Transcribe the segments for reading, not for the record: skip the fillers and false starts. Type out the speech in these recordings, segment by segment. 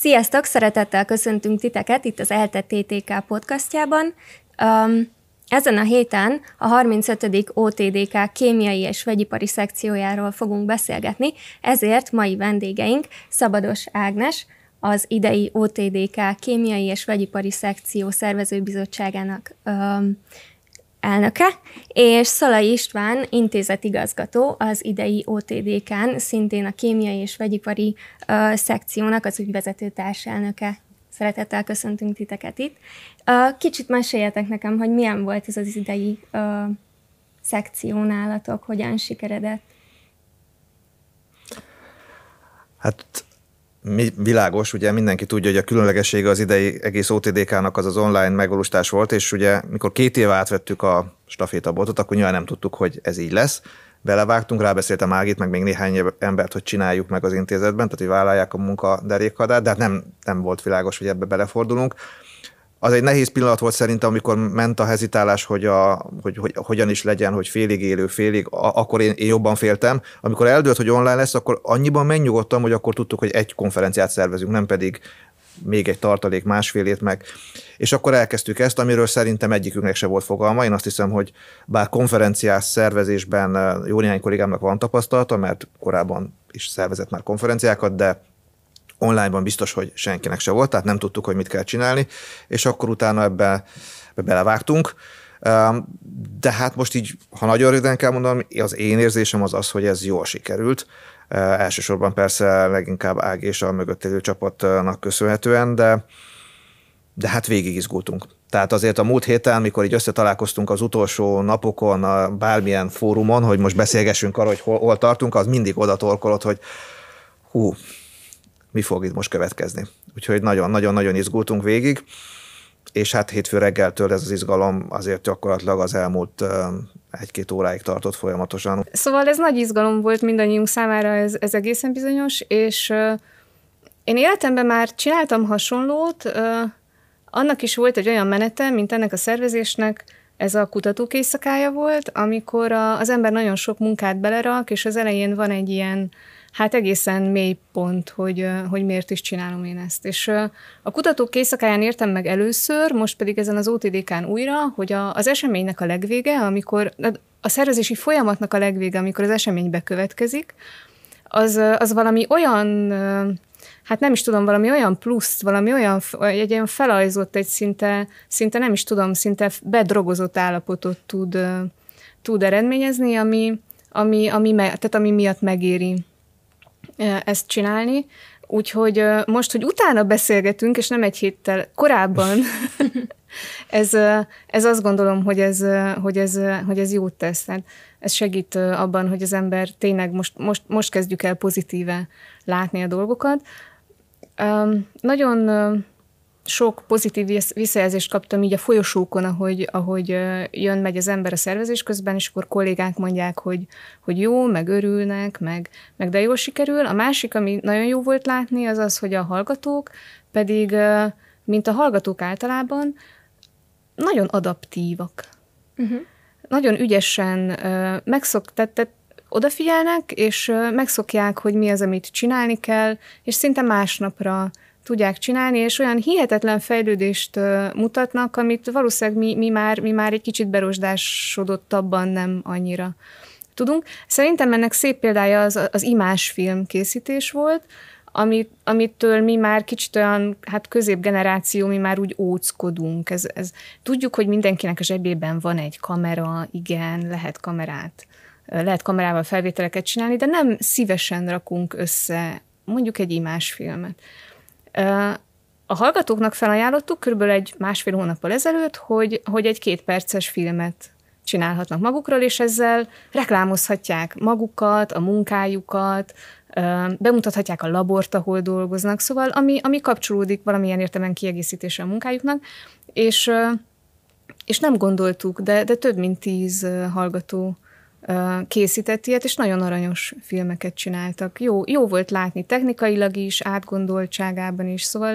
Sziasztok! Szeretettel köszöntünk titeket itt az ELTE TTK podcastjában. Ezen a héten a 35. OTDK kémiai és vegyipari szekciójáról fogunk beszélgetni, ezért mai vendégeink Szabados Ágnes, az idei OTDK kémiai és vegyipari szekció szervezőbizottságának elnöke, és Szalai István intézetigazgató, az idei OTDK-n, szintén a kémiai és vegyipari szekciónak az ügyvezető társelnöke. Szeretettel köszöntünk titeket itt. Kicsit meséljetek nekem, hogy milyen volt ez az idei szekció nálatok, hogyan sikeredett? Hát világos, ugye mindenki tudja, hogy a különlegessége az idei egész OTDK-nak az online megvalósítás volt, és ugye mikor 2 éve átvettük a stafétabotot, akkor nyilván nem tudtuk, hogy ez így lesz. Belevágtunk, rábeszéltem Ágit, meg még néhány embert, hogy csináljuk meg az intézetben, tehát hogy vállalják a munka derékhadát, de hát nem volt világos, hogy ebbe belefordulunk. Az egy nehéz pillanat volt szerintem, amikor ment a hezitálás, hogy hogyan is legyen, hogy félig élő, félig, akkor én jobban féltem. Amikor eldőlt, hogy online lesz, akkor annyiban megnyugodtam, hogy akkor tudtuk, hogy egy konferenciát szervezünk, nem pedig még egy tartalék másfélét meg. És akkor elkezdtük ezt, amiről szerintem egyikünknek se volt fogalma. Én azt hiszem, hogy bár konferenciás szervezésben jó néhány kollégámnak van tapasztalata, mert korábban is szervezett már konferenciákat, de online-ban biztos, hogy senkinek se volt, tehát nem tudtuk, hogy mit kell csinálni, és akkor utána ebbe belevágtunk. De hát most így, ha nagyon röviden kell mondanom, az én érzésem az, hogy ez jól sikerült. Elsősorban persze leginkább Ági és a mögött élő csapatnak köszönhetően, de hát végig izgultunk. Tehát azért a múlt héten, mikor így összetalálkoztunk az utolsó napokon, bármilyen fórumon, hogy most beszélgessünk arról, hogy hol tartunk, az mindig oda torkolott, hogy mi fog itt most következni. Úgyhogy nagyon-nagyon izgultunk végig, és hát hétfő reggeltől ez az izgalom azért gyakorlatilag az elmúlt 1-2 óráig tartott folyamatosan. Szóval ez nagy izgalom volt mindannyiunk számára, ez egészen bizonyos, és én életemben már csináltam hasonlót, annak is volt egy olyan menete, mint ennek a szervezésnek, ez a kutatók éjszakája volt, amikor az ember nagyon sok munkát belerak, és az elején van egy ilyen, hát egészen mély pont, hogy miért is csinálom én ezt. És a kutatók éjszakáján értem meg először, most pedig ezen az OTDK-n újra, hogy az eseménynek a legvége, amikor a szervezési folyamatnak a legvége, amikor az esemény bekövetkezik, az valami olyan, hát nem is tudom, valami olyan pluszt, valami olyan, egy olyan felajzott, egy szinte nem is tudom, szinte bedrogozott állapotot tud eredményezni, ami miatt megéri ezt csinálni. Úgyhogy most, hogy utána beszélgetünk, és nem egy héttel korábban, ez azt gondolom, hogy ez jót tesz. Tehát ez segít abban, hogy az ember tényleg most kezdjük el pozitíve látni a dolgokat. Nagyon sok pozitív visszajelzést kaptam így a folyosókon, ahogy jön-megy az ember a szervezés közben, és akkor kollégák mondják, hogy jó, meg örülnek, meg de jól sikerül. A másik, ami nagyon jó volt látni, az az, hogy a hallgatók pedig, mint a hallgatók általában, nagyon adaptívak. Uh-huh. Nagyon ügyesen tehát odafigyelnek, és megszokják, hogy mi az, amit csinálni kell, és szinte másnapra tudják csinálni, és olyan hihetetlen fejlődést mutatnak, amit valószínűleg mi már egy kicsit berosdásodottabban nem annyira tudunk. Szerintem ennek szép példája az imásfilm készítés volt, amitől mi már kicsit olyan, hát középgeneráció, mi már úgy óckodunk. Tudjuk, hogy mindenkinek a zsebében van egy kamera, igen, lehet kamerával felvételeket csinálni, de nem szívesen rakunk össze mondjuk egy imásfilmet. A hallgatóknak felajánlottuk körülbelül egy 1,5 hónappal ezelőtt, hogy egy 2 perces filmet csinálhatnak magukról, és ezzel reklámozhatják magukat, a munkájukat, bemutathatják a labort, ahol dolgoznak, szóval ami kapcsolódik valamilyen értelemben kiegészítése a munkájuknak, és nem gondoltuk, de több mint 10 hallgató készített ilyet, és nagyon aranyos filmeket csináltak. Jó volt látni technikailag is, átgondoltságában is, szóval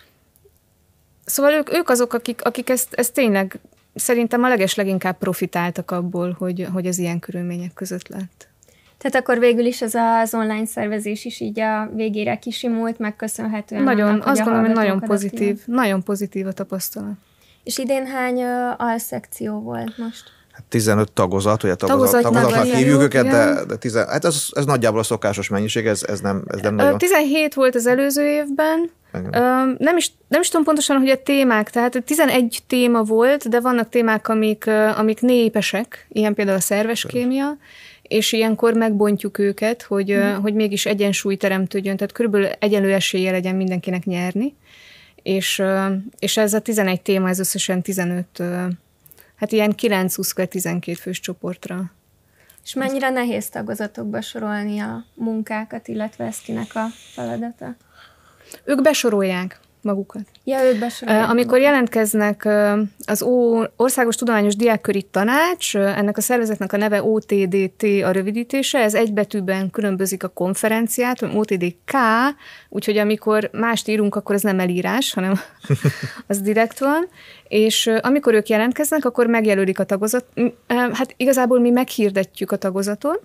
ők azok, akik ezt tényleg szerintem a leginkább profitáltak abból, hogy az ilyen körülmények között lett. Tehát akkor végül is ez az online szervezés is így a végére kisimult, megköszönhetően Nagyon, annak, azt gondolom, hogy nagyon pozitív a tapasztalat. És idén hány alszekció volt most? 15 tagozat, ugye tagozatnak hívjuk őket, de hát ez nagyjából a szokásos mennyiség, ez nem nagyon. 17 volt az előző évben, nem is tudom pontosan, hogy a témák, tehát 11 téma volt, de vannak témák, amik népesek, ilyen például a szerves kémia, és ilyenkor megbontjuk őket, hogy mégis egyensúly teremtődjön, tehát körülbelül egyenlő esélye legyen mindenkinek nyerni, és ez a 11 téma, ez összesen 15, hát ilyen 9-12 fős csoportra. És mennyire nehéz tagozatokba sorolni a munkákat, illetve ez kinek a feladata? Ők besorolják magukat. Ja, ők besorolják. Amikor jelentkeznek az Országos Tudományos Diákköri Tanács, ennek a szervezetnek a neve OTDT a rövidítése, ez egy betűben különbözik a konferenciát, OTDK, úgyhogy amikor mást írunk, akkor ez nem elírás, hanem az direkt van, és amikor ők jelentkeznek, akkor megjelölik a tagozat. Hát igazából mi meghirdetjük a tagozatot,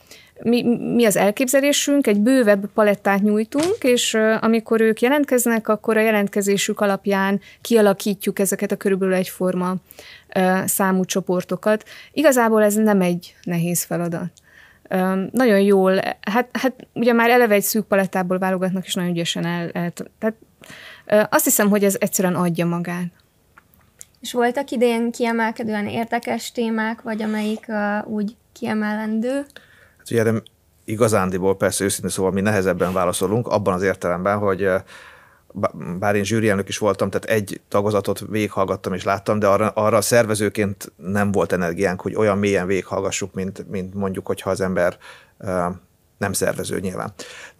mi az elképzelésünk, egy bővebb palettát nyújtunk, és amikor ők jelentkeznek, akkor a jelentkezésük alapján kialakítjuk ezeket a körülbelül egyforma számú csoportokat. Igazából ez nem egy nehéz feladat. Nagyon jól, hát ugye már eleve egy szűk palettából válogatnak, és nagyon ügyesen tehát azt hiszem, hogy ez egyszerűen adja magát. És voltak idén kiemelkedően érdekes témák, vagy amelyik úgy kiemelendő? Ugye de igazándiból persze őszintén szóval mi nehezebben válaszolunk, abban az értelemben, hogy bár én zsűrielnök is voltam, tehát egy tagozatot végighallgattam és láttam, de arra szervezőként nem volt energiánk, hogy olyan mélyen végighallgassuk, mint mondjuk, hogyha az ember nem szervező nyilván.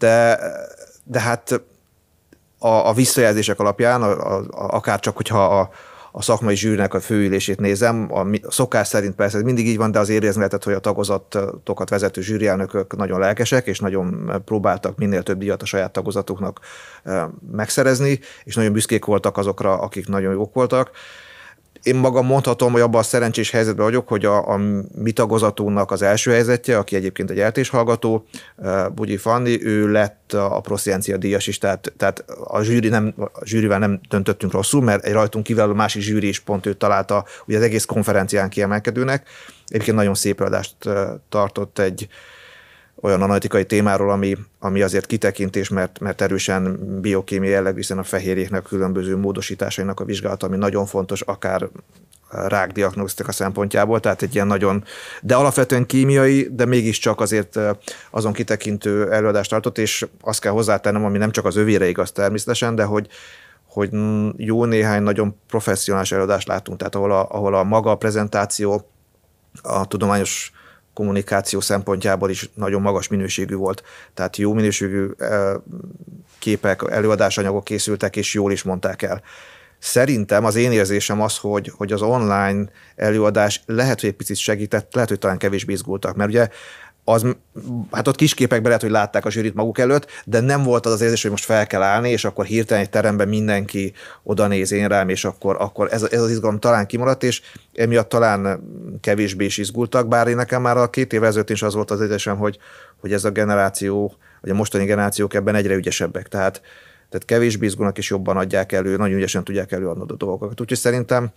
De hát a visszajelzések alapján, akár csak, hogyha a szakmai zsűrinek a főülését nézem, a szokás szerint persze ez mindig így van, de azért érezni lehetett, hogy a tagozatokat vezető zsűrielnökök nagyon lelkesek, és nagyon próbáltak minél több díjat a saját tagozatuknak megszerezni, és nagyon büszkék voltak azokra, akik nagyon jók voltak. Én magam mondhatom, hogy abban a szerencsés helyzetben vagyok, hogy a mi tagozatunknak az első helyzetje, aki egyébként egy eltéshallgató, Bugyi Fanni, ő lett a Prosciencia díjas is, tehát a zsűrivel nem döntöttünk rosszul, mert egy rajtunk kívül a másik zsűri is pont őt találta ugye az egész konferencián kiemelkedőnek. Egyébként nagyon szép előadást tartott egy olyan analitikai témáról, ami azért kitekintés, mert erősen biokémiai jellegű, hiszen a fehérjéknek a különböző módosításainak a vizsgálata, ami nagyon fontos, akár rákdiagnosztika szempontjából, tehát egy ilyen nagyon, de alapvetően kémiai, de mégiscsak azért azon kitekintő előadást tartott, és azt kell hozzátennem, ami nem csak az övére igaz természetesen, de hogy jó néhány nagyon professzionális előadást láttunk, tehát ahol a maga a prezentáció, a tudományos kommunikáció szempontjából is nagyon magas minőségű volt. Tehát jó minőségű képek, előadásanyagok készültek, és jól is mondták el. Szerintem az én érzésem az, hogy az online előadás lehet, hogy egy picit segített, lehet, hogy talán kevésbé izgultak, mert ugye hát ott kis képekben lehet, hogy látták a zsűrit maguk előtt, de nem volt az érzés, hogy most fel kell állni, és akkor hirtelen egy teremben mindenki oda néz én rám, és akkor ez az izgalom talán kimaradt, és emiatt talán kevésbé is izgultak, bár én nekem már a 2 évvel ezelőtt is az volt az érzésem, hogy ez a generáció, vagy a mostani generációk ebben egyre ügyesebbek, tehát kevésbé izgulnak és jobban adják elő, nagyon ügyesen tudják előadni a dolgokat. Úgyhogy szerintem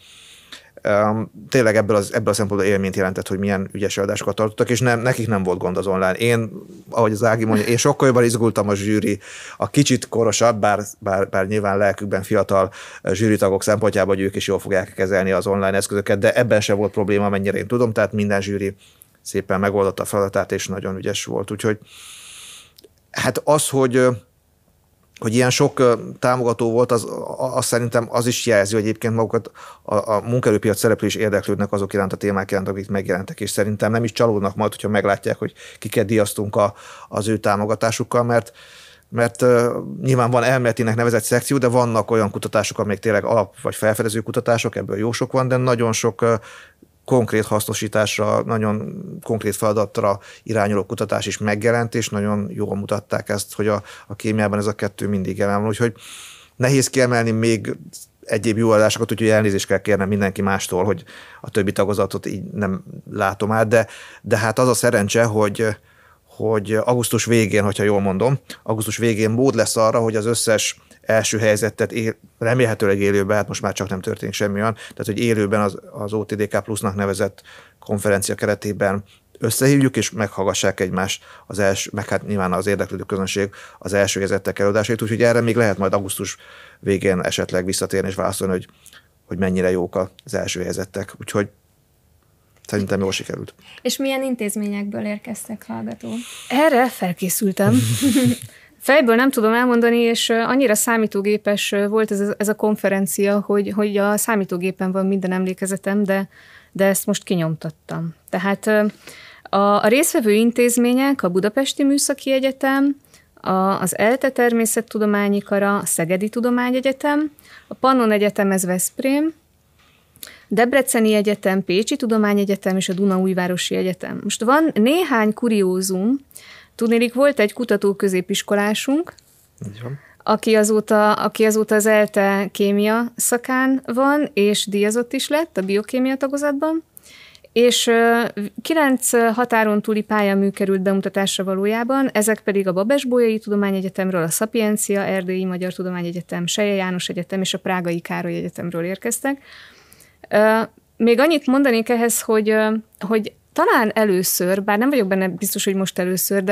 tényleg ebből a szempontból élményt jelentett, hogy milyen ügyes előadásokat tartottak, és nekik nem volt gond az online. Én, ahogy az Ági mondja, én sokkal jobban izgultam a zsűri, a kicsit korosabb, bár nyilván lelkükben fiatal zsűritagok szempontjából, hogy ők is jól fogják kezelni az online eszközöket, de ebben sem volt probléma, mennyire én tudom, tehát minden zsűri szépen megoldotta a feladatát, és nagyon ügyes volt. Úgyhogy hát az, hogy ilyen sok támogató volt, az szerintem az is jelzi, hogy egyébként magukat a munkaerőpiac szereplő is érdeklődnek azok iránt a témák iránt, akik megjelentek, és szerintem nem is csalódnak majd, hogyha meglátják, hogy kiket díjaztunk az ő támogatásukkal, mert nyilván van elméletinek nevezett szekció, de vannak olyan kutatások, amelyek tényleg alap- vagy felfedező kutatások, ebből jó sok van, de nagyon sok konkrét hasznosításra, nagyon konkrét feladatra irányuló kutatás is megjelent, és nagyon jól mutatták ezt, hogy a kémiában ez a kettő mindig jelen van. Úgyhogy nehéz kiemelni még egyéb jó adásokat, úgyhogy elnézést kell kérnem mindenki mástól, hogy a többi tagozatot így nem látom át, de hát az a szerencse, hogy augusztus végén, hogyha jól mondom, augusztus végén mód lesz arra, hogy az összes első helyzetet remélhetőleg élőben, hát most már csak nem történik semmi olyan, tehát hogy élőben az OTDK Plusznak nevezett konferencia keretében összehívjuk, és meghallgassák egymást az első, meg hát nyilván az érdeklődő közönség az első helyzetek előadásait, úgyhogy erre még lehet majd augusztus végén esetleg visszatérni és válaszolni, hogy mennyire jók az első helyzetek. Úgyhogy szerintem jól sikerült. És milyen intézményekből érkeztek hallgatók? Erre felkészültem. Fejből nem tudom elmondani, és annyira számítógépes volt ez a konferencia, hogy a számítógépen van minden emlékezetem, de ezt most kinyomtattam. Tehát a résztvevő intézmények, a Budapesti Műszaki Egyetem, az ELTE Természettudományi Kara, a Szegedi Tudományegyetem, a Pannon Egyetem, ez Veszprém, Debreceni Egyetem, Pécsi Tudományegyetem és a Dunaújvárosi Egyetem. Most van néhány kuriózum. Tudnélik, volt egy kutatóközépiskolásunk, aki azóta az ELTE kémia szakán van, és díjazott is lett a biokémia tagozatban, és 9 határon túli pályamű került bemutatásra valójában, ezek pedig a Babes-Bolyai Tudományegyetemről, a Szapiencia Erdélyi Magyar Tudományegyetem, Selye János Egyetem és a Prágai Károly Egyetemről érkeztek. Még annyit mondanék ehhez, hogy talán először, bár nem vagyok benne biztos, hogy most először,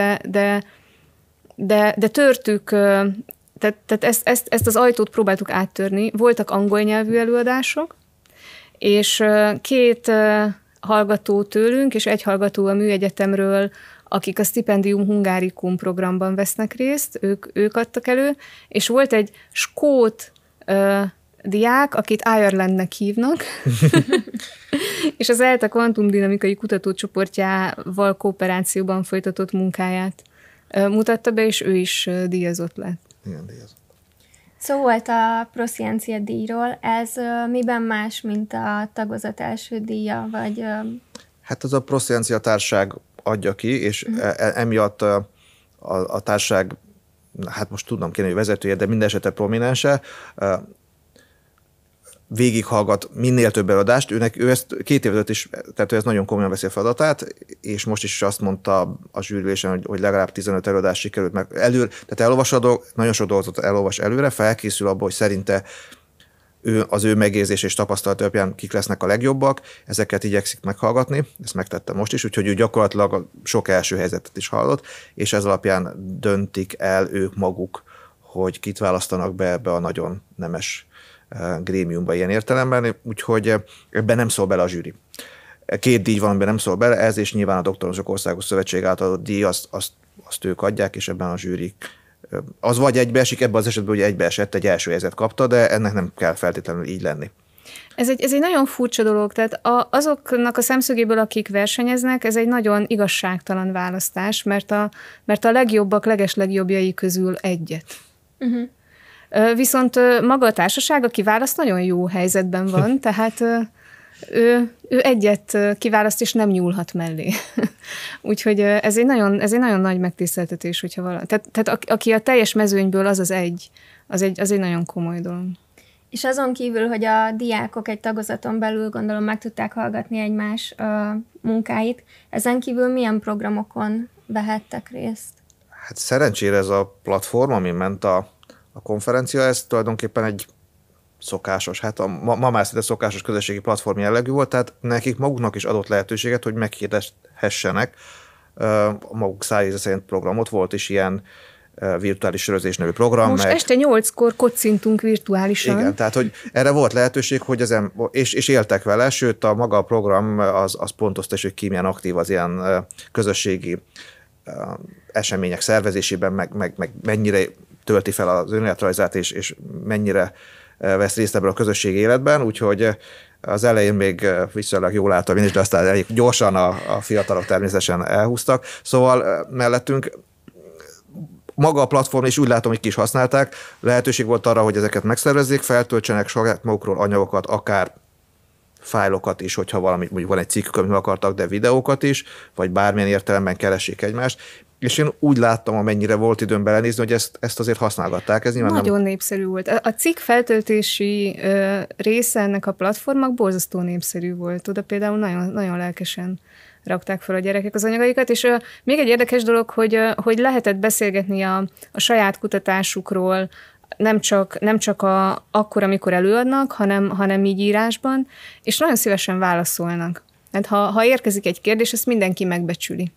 de törtük, tehát ezt az ajtót próbáltuk áttörni. Voltak angol nyelvű előadások, és 2 hallgató tőlünk, és 1 hallgató a Műegyetemről, akik a Stipendium Hungarikum programban vesznek részt, ők adtak elő, és volt egy skót diák, akit Irelandnek hívnak, és az ELTE kvantumdinamikai kutatócsoportjával kooperációban folytatott munkáját mutatta be, és ő is díjazott lett. Igen, díjazott. Szó volt a Prosciencia díjról, ez miben más, mint a tagozat első díja, vagy... Hát az a Prosciencia társaság adja ki, és emiatt a társaság, hát most tudnom kéne, hogy vezetője, de minden esetre prominense, végighallgat minél több előadást. Ő ezt 2 év előtt is, tehát ő ezt nagyon komolyan veszi a feladatát, és most is azt mondta a zsűriülésen, hogy legalább 15 előadást sikerült meg tehát elolvas nagyon sok dolgot elolvas előre, felkészül abba, hogy szerinte az ő megérzés és tapasztalat alapján kik lesznek a legjobbak, ezeket igyekszik meghallgatni, ezt megtette most is, úgyhogy ő gyakorlatilag sok első helyzetet is hallott, és ez alapján döntik el ők maguk, hogy kit választanak be ebbe a nagyon nemes grémiumba ilyen értelemben, úgyhogy ebben nem szól bele a zsűri. 2 díj van, amiben nem szól bele, ez és nyilván a Doktorosok Országos Szövetség által adott díj, azt ők adják, és ebben a zsűri az vagy egybeesik, ebben az esetben ugye egybeesett, egy első helyzet kapta, de ennek nem kell feltétlenül így lenni. Ez egy nagyon furcsa dolog, tehát azoknak a szemszögéből, akik versenyeznek, ez egy nagyon igazságtalan választás, mert a legjobbak legeslegjobbjai közül egyet. Viszont maga a társaság, aki választ, nagyon jó helyzetben van, tehát ő egyet kiválaszt, és nem nyúlhat mellé. Úgyhogy ez egy nagyon nagy megtiszteltetés, hogyha valami. Tehát aki a teljes mezőnyből az egy nagyon komoly dolog. És azon kívül, hogy a diákok egy tagozaton belül gondolom meg tudták hallgatni egymás munkáit, ezen kívül milyen programokon vehettek részt? Hát szerencsére ez a platform, ami ment a konferencia, ez tulajdonképpen egy szokásos, hát ma már szinte szokásos közösségi platform jellegű volt, tehát nekik maguknak is adott lehetőséget, hogy meghirdethessenek maguk szájíze szerint programot. Volt is ilyen virtuális sörözés nevű program. Most este 8-kor kocintunk virtuálisan. Igen, tehát hogy erre volt lehetőség, hogy és éltek vele, sőt a maga a program az pontozta is, hogy ki milyen aktív az ilyen közösségi események szervezésében, meg mennyire tölti fel az önéletrajzát, és mennyire vesz részt ebből a közösségi életben, úgyhogy az elején még viszonylag jól álltam én is, de aztán elég gyorsan a fiatalok természetesen elhúztak. Szóval mellettünk maga a platform, és úgy látom, hogy ki is használták, lehetőség volt arra, hogy ezeket megszervezzék, feltöltsenek saját magukról anyagokat, akár fájlokat is, hogyha valami, mondjuk van egy cikkük, amit akartak, de videókat is, vagy bármilyen értelemben keressék egymást, és én úgy láttam, amennyire volt időm belenézni, hogy ezt azért használgatták. Ez nagyon népszerű volt. A cikk feltöltési része ennek a platformnak borzasztó népszerű volt. Oda például nagyon, nagyon lelkesen rakták fel a gyerekek az anyagaikat, és még egy érdekes dolog, hogy lehetett beszélgetni a saját kutatásukról, nem csak akkor, amikor előadnak, hanem így írásban, és nagyon szívesen válaszolnak. Hát ha érkezik egy kérdés, ezt mindenki megbecsüli.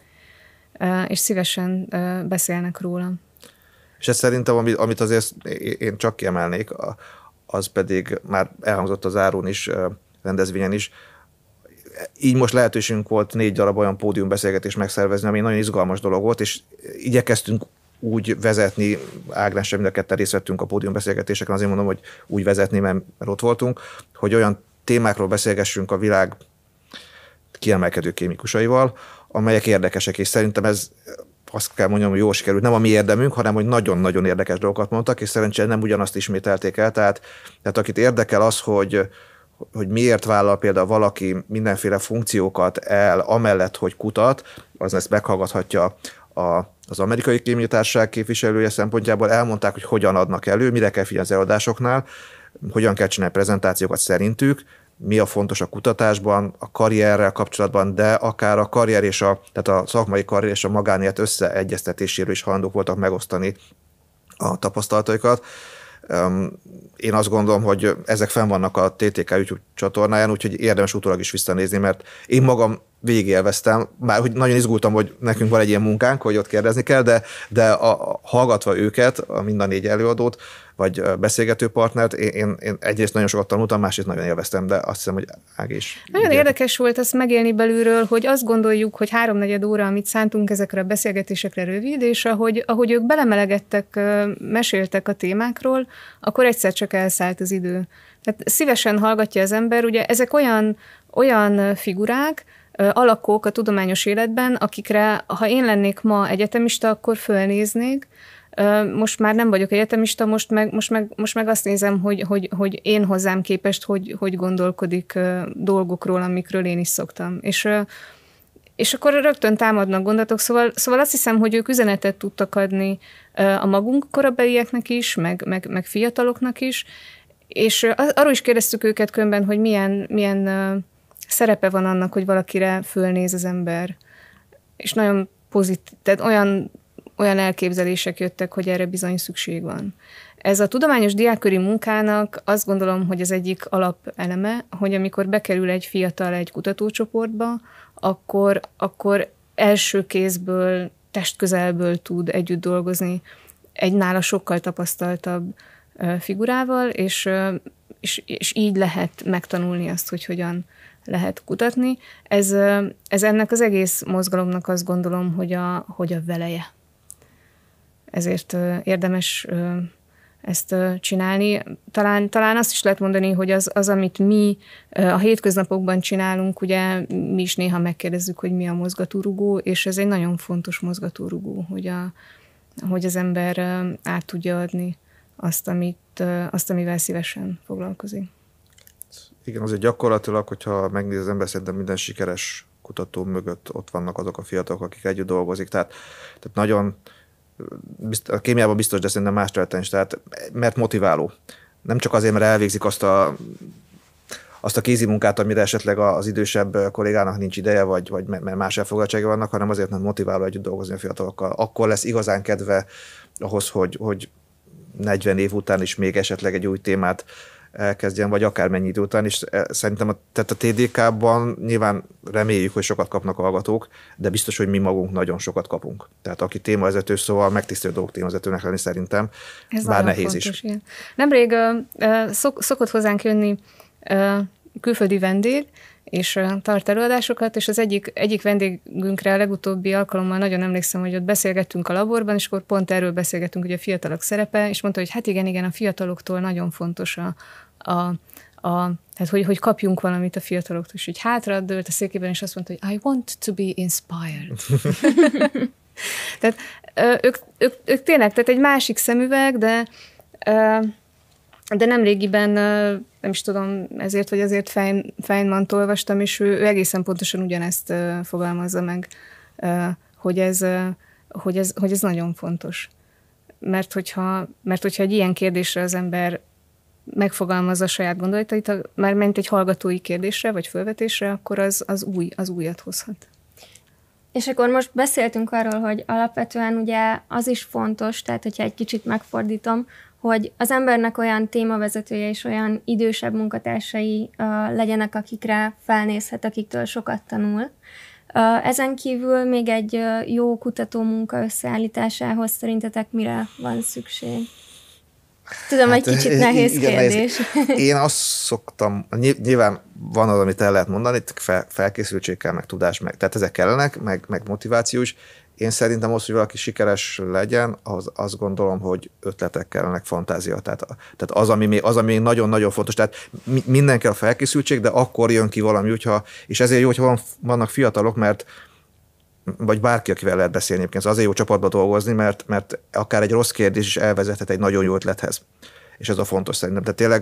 És szívesen beszélnek róla. És ez szerintem, amit azért én csak kiemelnék, az pedig már elhangzott az Árón is, rendezvényen is. Így most lehetőségünk volt 4 darab olyan pódiumbeszélgetést megszervezni, ami nagyon izgalmas dolog volt, és igyekeztünk úgy vezetni, Ágnessel mind a ketten részt vettünk a pódiumbeszélgetéseken, azért mondom, hogy úgy vezetni, mert ott voltunk, hogy olyan témákról beszélgessünk a világ kiemelkedő kémikusaival, amelyek érdekesek, és szerintem ez, azt kell mondjam, hogy jól sikerült. Nem a mi érdemünk, hanem hogy nagyon-nagyon érdekes dolgokat mondtak, és szerencsére nem ugyanazt ismételték el. Tehát akit érdekel az, hogy miért vállal például valaki mindenféle funkciókat el, amellett, hogy kutat, az ezt meghallgathatja az Amerikai Kémiatársaság képviselője szempontjából. Elmondták, hogy hogyan adnak elő, mire kell figyelni az előadásoknál, hogyan kell csinálni prezentációkat szerintük, mi a fontos a kutatásban, a karrierrel kapcsolatban, de akár a karrier tehát a szakmai karrier és a magánélet összeegyeztetéséről is hajlandók voltak megosztani a tapasztalataikat. Én azt gondolom, hogy ezek fenn vannak a TTK YouTube csatornáján, úgyhogy érdemes utólag is visszanézni, mert én magam végigélveztem, már hogy nagyon izgultam, hogy nekünk van egy ilyen munkánk, hogy ott kérdezni kell, de hallgatva őket, mind a 4 előadót, vagy beszélgető partnert, én egyrészt nagyon sokat tanultam, másrészt nagyon élveztem, de azt hiszem, hogy Ági is. Nagyon érdekes volt ezt megélni belülről, hogy azt gondoljuk, hogy 3-4 óra, amit szántunk ezekre a beszélgetésekre rövid, és ahogy ők belemelegettek, meséltek a témákról, akkor egyszer csak elszállt az idő. Tehát szívesen hallgatja az ember, ugye ezek olyan figurák, alakok a tudományos életben, akikre, ha én lennék ma egyetemista, akkor fölnéznék. Most már nem vagyok egyetemista, most meg azt nézem, hogy én hozzám képest, hogy gondolkodik dolgokról, amikről én is szoktam. És akkor rögtön támadnak gondolatok, szóval azt hiszem, hogy ők üzenetet tudtak adni a magunk korabelieknek is, meg fiataloknak is, és arról is kérdeztük őket különben, hogy milyen szerepe van annak, hogy valakire fölnéz az ember. És nagyon pozitív, tehát olyan elképzelések jöttek, hogy erre bizony szükség van. Ez a tudományos diákköri munkának azt gondolom, hogy az egyik alapeleme, hogy amikor bekerül egy fiatal egy kutatócsoportba, akkor első kézből, testközelből tud együtt dolgozni egy nála sokkal tapasztaltabb figurával, és így lehet megtanulni azt, hogy hogyan lehet kutatni. Ez ennek az egész mozgalomnak azt gondolom, hogy a veleje. Ezért érdemes ezt csinálni. Talán azt is lehet mondani, hogy az, amit mi a hétköznapokban csinálunk, ugye mi is néha megkérdezzük, hogy mi a mozgatórugó, és ez egy nagyon fontos mozgatórugó, hogy az ember át tudja adni azt, amivel szívesen foglalkozik. Igen, azért gyakorlatilag, hogyha megnéz az ember, szerintem minden sikeres kutató mögött ott vannak azok a fiatalok, akik együtt dolgozik. Tehát nagyon a kémiában biztos, de szerintem más területen is, mert motiváló. Nem csak azért, mert elvégzik azt a kézi munkát, amire esetleg az idősebb kollégának nincs ideje, vagy mert más elfoglaltsága vannak, hanem azért, mert motiváló együtt dolgozni a fiatalokkal. Akkor lesz igazán kedve ahhoz, hogy 40 év után is még esetleg egy új témát elkezdjen, vagy akármennyi idő után is. Szerintem tehát a TDK-ban nyilván reméljük, hogy sokat kapnak a hallgatók, de biztos, hogy mi magunk nagyon sokat kapunk. Tehát aki témavezető, szóval megtisztelő dolog témavezetőnek lenni szerintem, ez bár nehéz fontos, is. Igen. Nemrég szokott hozzánk jönni külföldi vendég, és tart előadásokat, és az egyik vendégünkre a legutóbbi alkalommal nagyon emlékszem, hogy ott beszélgettünk a laborban, és akkor pont erről beszélgettünk, hogy a fiatalok szerepe, és mondta, hogy hát igen, a fiataloktól nagyon fontos tehát hogy kapjunk valamit a fiataloktól, és így hátradőlt a székében, és azt mondta, hogy I want to be inspired. Tehát ők tényleg, tehát egy másik szemüveg, de nemrégiben, nem is tudom, ezért vagy azért Feynmant olvastam, és ő egészen pontosan ugyanezt fogalmazza meg, hogy hogy ez nagyon fontos. Mert hogyha egy ilyen kérdésre az ember megfogalmazza a saját gondolatait, már ment egy hallgatói kérdésre, vagy felvetésre, akkor az újat hozhat. És akkor most beszéltünk arról, hogy alapvetően ugye az is fontos, tehát hogyha egy kicsit megfordítom, hogy az embernek olyan témavezetője és olyan idősebb munkatársai legyenek, akikre felnézhet, akiktől sokat tanul. Ezen kívül még egy jó kutatómunka összeállításához szerintetek mire van szükség? Tudom, egy kicsit nehéz kérdés. Én azt szoktam, nyilván van az, amit el lehet mondani, felkészültség kell, meg tudás, tehát ezek kellenek, meg motiváció is. Én szerintem az, hogy valaki sikeres legyen, azt gondolom, hogy ötletek kellenek, fantázia. Tehát az, ami nagyon-nagyon fontos. Tehát minden kell a felkészültség, de akkor jön ki valami, és ezért jó, hogy vannak fiatalok, vagy bárki, akivel lehet beszélni egyébként. Azért jó csapatba dolgozni, mert akár egy rossz kérdés is elvezethet egy nagyon jó ötlethez. És ez a fontos szerintem. Tehát tényleg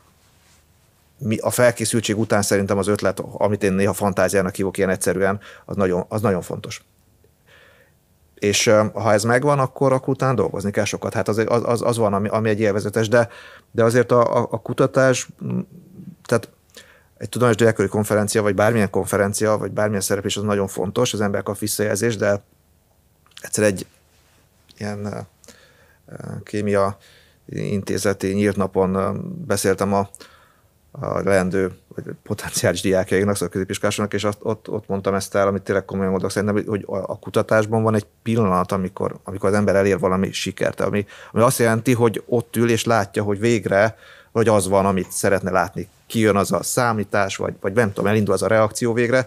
a felkészültség után szerintem az ötlet, amit én néha fantáziának hívok ilyen egyszerűen, az nagyon fontos. És ha ez megvan, akkor utána dolgozni kell sokat. Hát az van, ami egy élvezetes, de azért a kutatás, tehát egy tudományos gyerekkori konferencia, vagy bármilyen konferencia, vagy bármilyen szereplés, az nagyon fontos, az ember kap visszajelzést, de egyszer egy ilyen kémia intézeti nyílt napon beszéltem a leendő, vagy potenciális diákjainknak, szóval középiskolásoknak, és ott mondtam ezt el, amit tényleg komolyan mondok, szerintem, hogy a kutatásban van egy pillanat, amikor az ember elér valami sikert, ami azt jelenti, hogy ott ül és látja, hogy végre, hogy az van, amit szeretne látni. Kijön az a számítás, vagy nem tudom, elindul az a reakció végre,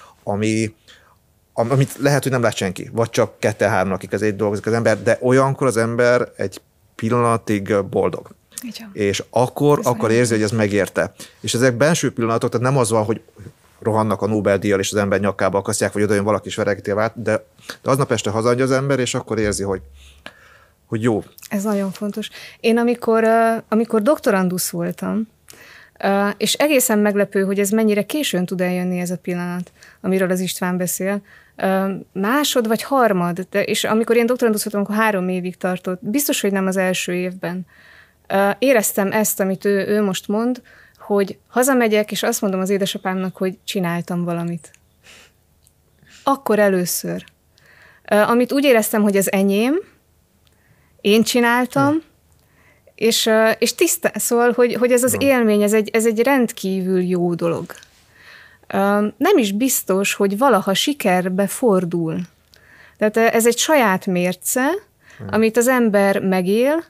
amit lehet, hogy nem lát senki, vagy csak 2-3, akik azért dolgozik az ember, de olyankor az ember egy pillanatig boldog. És akkor érzi, hogy ez megérte. És ezek benső pillanatok, tehát nem az van, hogy rohannak a Nobel-díjjal, és az ember nyakába akasztják, vagy odajön valaki is veregetél át, de aznap este hazaadja az ember, és akkor érzi, hogy jó. Ez nagyon fontos. Én amikor doktorandusz voltam, és egészen meglepő, hogy ez mennyire későn tud eljönni ez a pillanat, amiről az István beszél, másod vagy harmad, és amikor én doktorandusz voltam, akkor 3 évig tartott, biztos, hogy nem az első évben. Éreztem ezt, amit ő most mond, hogy hazamegyek, és azt mondom az édesapámnak, hogy csináltam valamit. Akkor először. Amit úgy éreztem, hogy ez enyém, én csináltam, és tisztán, szóval, hogy ez az élmény, ez egy rendkívül jó dolog. Nem is biztos, hogy valaha sikerbe fordul. Tehát ez egy saját mérce, amit az ember megél,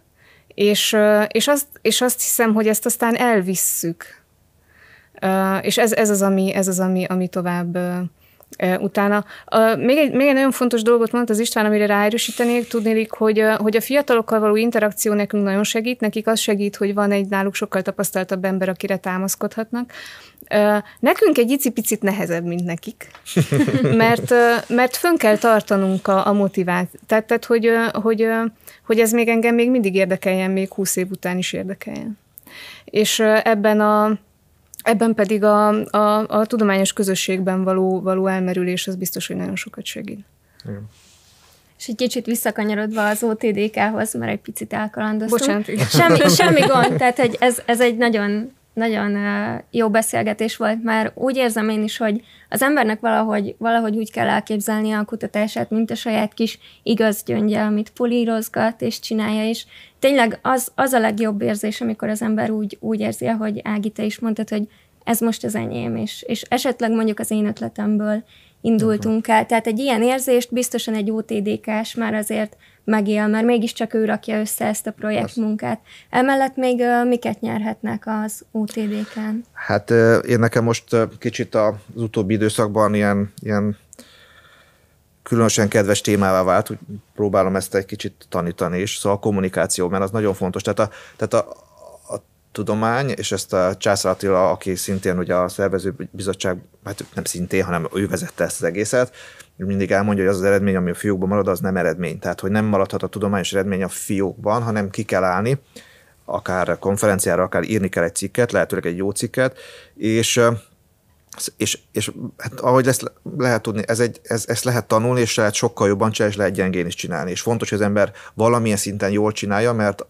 és azt hiszem, hogy ezt aztán elvisszük. És ez az, ami tovább utána. Még egy nagyon fontos dolgot mondta az István, amire ráerősítenék, tudnélik, hogy a fiatalokkal való interakció nekünk nagyon segít, nekik az segít, hogy van egy náluk sokkal tapasztaltabb ember, akire támaszkodhatnak. Nekünk egy icipicit nehezebb, mint nekik, mert fönn kell tartanunk a motivációt. Tehát hogy ez még engem még mindig érdekeljen, még 20 év után is érdekeljen. És ebben pedig a tudományos közösségben való elmerülés az biztos, hogy nagyon sokat segít. Igen. És egy kicsit visszakanyarodva az OTDK-hoz, mert egy picit elkalandoztunk. Bocsánat. Semmi gond, tehát hogy ez egy nagyon, nagyon jó beszélgetés volt, mert úgy érzem én is, hogy az embernek valahogy úgy kell elképzelnie a kutatását, mint a saját kis igaz gyöngye, amit polírozgat és csinálja, és tényleg az a legjobb érzés, amikor az ember úgy érzi, ahogy Ági, te is mondtad, hogy ez most az enyém, és esetleg mondjuk az én ötletemből indultunk el. Tehát egy ilyen érzést biztosan egy OTDK-s már azért megél, mert mégiscsak ő rakja össze ezt a projektmunkát. Emellett még miket nyerhetnek az OTDK-n? Hát én nekem most kicsit az utóbbi időszakban ilyen különösen kedves témává vált, hogy próbálom ezt egy kicsit tanítani is. Szóval a kommunikáció, mert az nagyon fontos. Tehát a tudomány, és ezt a Császár Attila, aki szintén ugye a szervezőbizottság, hát nem szintén, hanem ő vezette ezt az egészet, mindig elmondja, hogy az eredmény, ami a fiókban marad, az nem eredmény. Tehát, hogy nem maradhat a tudományos eredmény a fiókban, hanem ki kell állni, akár konferenciára, akár írni kell egy cikket, lehetőleg egy jó cikket, és És hát, ahogy lehet tudni, ezt lehet tanulni, és lehet sokkal jobban csinálni, és lehet gyengén is csinálni. És fontos, hogy az ember valamilyen szinten jól csinálja, mert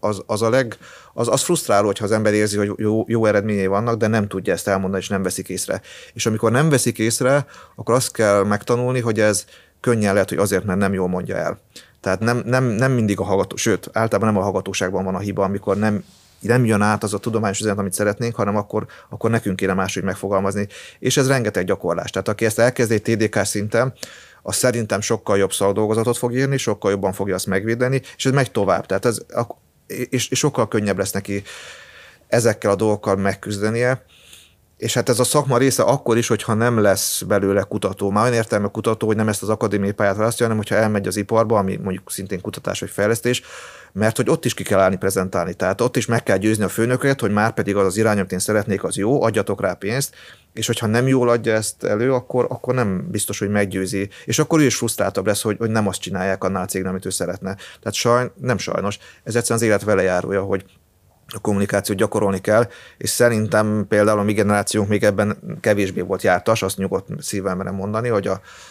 az frusztráló, hogyha az ember érzi, hogy jó eredményei vannak, de nem tudja ezt elmondani, és nem veszik észre. És amikor nem veszik észre, akkor azt kell megtanulni, hogy ez könnyen lehet, hogy azért, mert nem jól mondja el. Tehát nem mindig a hallgató, sőt, általában nem a hallgatóságban van a hiba, amikor nem jön át az a tudományos üzenet, amit szeretnénk, hanem akkor nekünk kéne máshogy megfogalmazni. És ez rengeteg gyakorlás. Tehát aki ezt elkezdi egy TDK szinten, az szerintem sokkal jobb szakdolgozatot fog írni, sokkal jobban fogja azt megvédeni, és ez megy tovább. Tehát és sokkal könnyebb lesz neki ezekkel a dolgokkal megküzdenie. És hát ez a szakma része akkor is, hogyha nem lesz belőle kutató. Már olyan értelme kutató, hogy nem ezt az akadémiai pályát választja, hanem hogyha elmegy az iparba, ami mondjuk szintén kutatás vagy fejlesztés, mert hogy ott is ki kell állni prezentálni. Tehát ott is meg kell győzni a főnököket, hogy már pedig az irány, amit én szeretnék, az jó, adjatok rá pénzt, és hogyha nem jól adja ezt elő, akkor nem biztos, hogy meggyőzi. És akkor ő is frusztráltabb lesz, hogy nem azt csinálják annál a cégnél, amit ő szeretne. Tehát nem sajnos. Ez egyszerűen az élet velejárója, hogy a kommunikációt gyakorolni kell, és szerintem például a mi generációnk még ebben kevésbé volt jártas, azt nyugodt szívvel merem mondani, hogy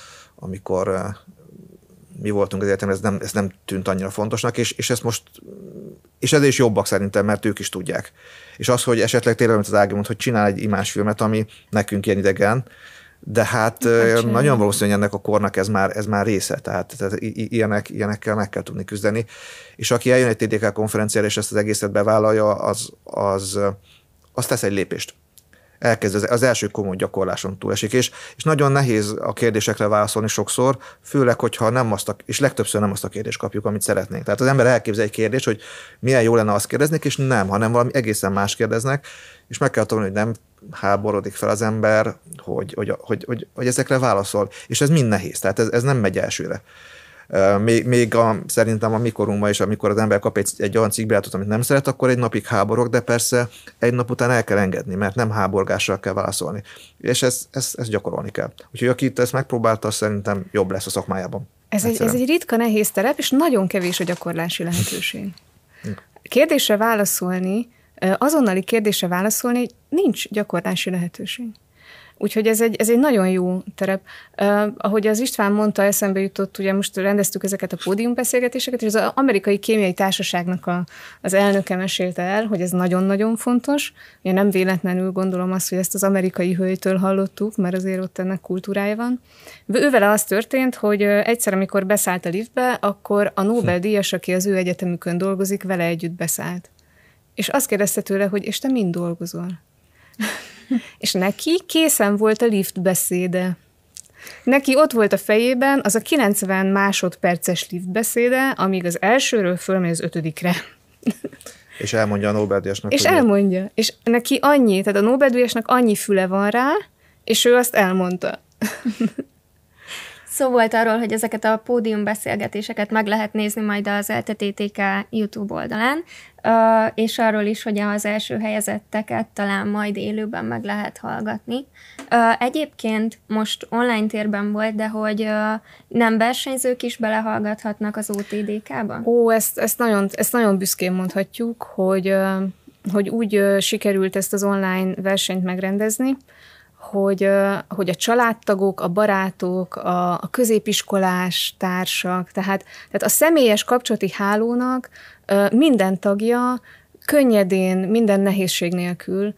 amikor mi voltunk az egyetemen, ez nem tűnt annyira fontosnak, és ezt most, és ez is jobbak szerintem, mert ők is tudják. És az, hogy esetleg tényleg, mint az Ági mond, hogy csinál egy imásfilmet, ami nekünk ilyen idegen, de hát nagyon valószínű, hogy ennek a kornak ez már része, tehát ilyenekkel meg kell tudni küzdeni. És aki eljön egy TDK konferenciára, és ezt az egészet bevállalja, az tesz egy lépést. Elkezd az első komoly gyakorláson túlesik, és nagyon nehéz a kérdésekre válaszolni sokszor, főleg, hogyha és legtöbbször nem azt a kérdést kapjuk, amit szeretnénk. Tehát az ember elképzel egy kérdést, hogy milyen jó lenne azt kérdeznék, és nem, hanem valami egészen más kérdeznek, és meg kell tanulni, hogy nem háborodik fel az ember, hogy ezekre válaszol. És ez mind nehéz, tehát ez nem megy elsőre. Még szerintem a mi korunkban is, amikor az ember kap egy olyan cikkbejáratot, amit nem szeret, akkor egy napig háborog, de persze egy nap után el kell engedni, mert nem háborgással kell válaszolni. És ezt gyakorolni kell. Úgyhogy aki itt ezt megpróbálta, szerintem jobb lesz a szakmájában. Ez egy ritka, nehéz terep, és nagyon kevés a gyakorlási lehetőség. Kérdésre válaszolni, azonnali kérdésre válaszolni, nincs gyakorlási lehetőség. Úgyhogy ez egy nagyon jó terep. Ahogy az István mondta, eszembe jutott, ugye most rendeztük ezeket a pódiumbeszélgetéseket, és az Amerikai Kémiai Társaságnak az elnöke mesélte el, hogy ez nagyon-nagyon fontos. Ugye nem véletlenül gondolom azt, hogy ezt az amerikai hölgytől hallottuk, mert azért ott ennek kultúrája van. Ővele az történt, hogy egyszer, amikor beszállt a liftbe, akkor a Nobel-díjas, aki az ő egyetemükön dolgozik, vele együtt beszállt. És azt kérdezte tőle, hogy és te mind dolgozol? És neki készen volt a lift beszéde. Neki ott volt a fejében az a 90 másodperces lift beszéde, amíg az elsőről fölmegy az 5-re. És elmondja a Nobel-díjasnak. És elmondja. És neki annyi, tehát a Nobel-díjasnak annyi füle van rá, és ő azt elmondta. Szó volt arról, hogy ezeket a pódiumbeszélgetéseket meg lehet nézni majd az ELTE-TTK YouTube oldalán, és arról is, hogy az első helyezetteket talán majd élőben meg lehet hallgatni. Egyébként most online térben volt, de hogy nem versenyzők is belehallgathatnak az OTDK-ba? Ezt nagyon büszkén mondhatjuk, hogy úgy sikerült ezt az online versenyt megrendezni, hogy a családtagok, a barátok, a középiskolás társak, tehát a személyes kapcsolati hálónak minden tagja könnyedén, minden nehézség nélkül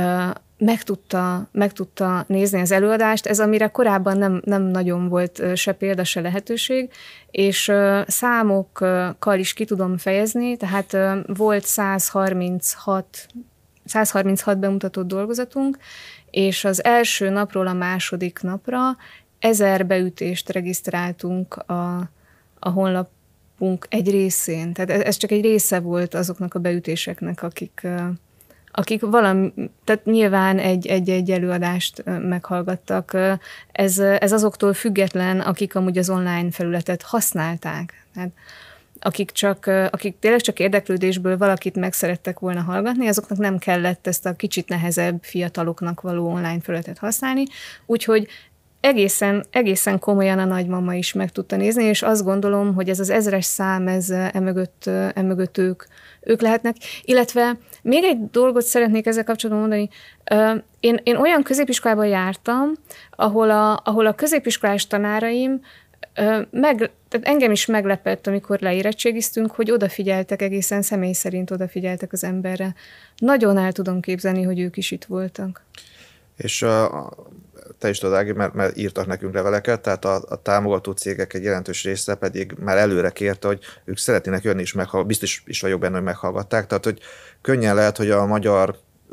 meg tudta nézni az előadást, ez amire korábban nem nagyon volt se példa, se lehetőség, és számokkal is ki tudom fejezni, tehát volt 136 bemutatott dolgozatunk, és az első napról a második napra 1000 beütést regisztráltunk a honlapunk egy részén. Tehát ez csak egy része volt azoknak a beütéseknek, akik tehát nyilván egy előadást meghallgattak. Ez azoktól független, akik amúgy az online felületet használták. Tehát akik tényleg csak érdeklődésből valakit meg szerettek volna hallgatni, azoknak nem kellett ezt a kicsit nehezebb fiataloknak való online felületet használni, úgyhogy egészen komolyan a nagymama is meg tudta nézni, és azt gondolom, hogy ez az 1000-es szám, ez emögött ők lehetnek. Illetve még egy dolgot szeretnék ezzel kapcsolatban mondani. Én olyan középiskolában jártam, ahol a középiskolás tanáraim tehát engem is meglepett, amikor leérettségiztünk, hogy odafigyeltek, egészen személy szerint odafigyeltek az emberre. Nagyon el tudom képzelni, hogy ők is itt voltak. És te is tudod, Ági, mert írtak nekünk leveleket, tehát a támogató cégek egy jelentős része pedig már előre kérte, hogy ők szeretnének jönni, és biztos is vagyok benne, hogy meghallgatták. Tehát, hogy könnyen lehet, hogy a magyar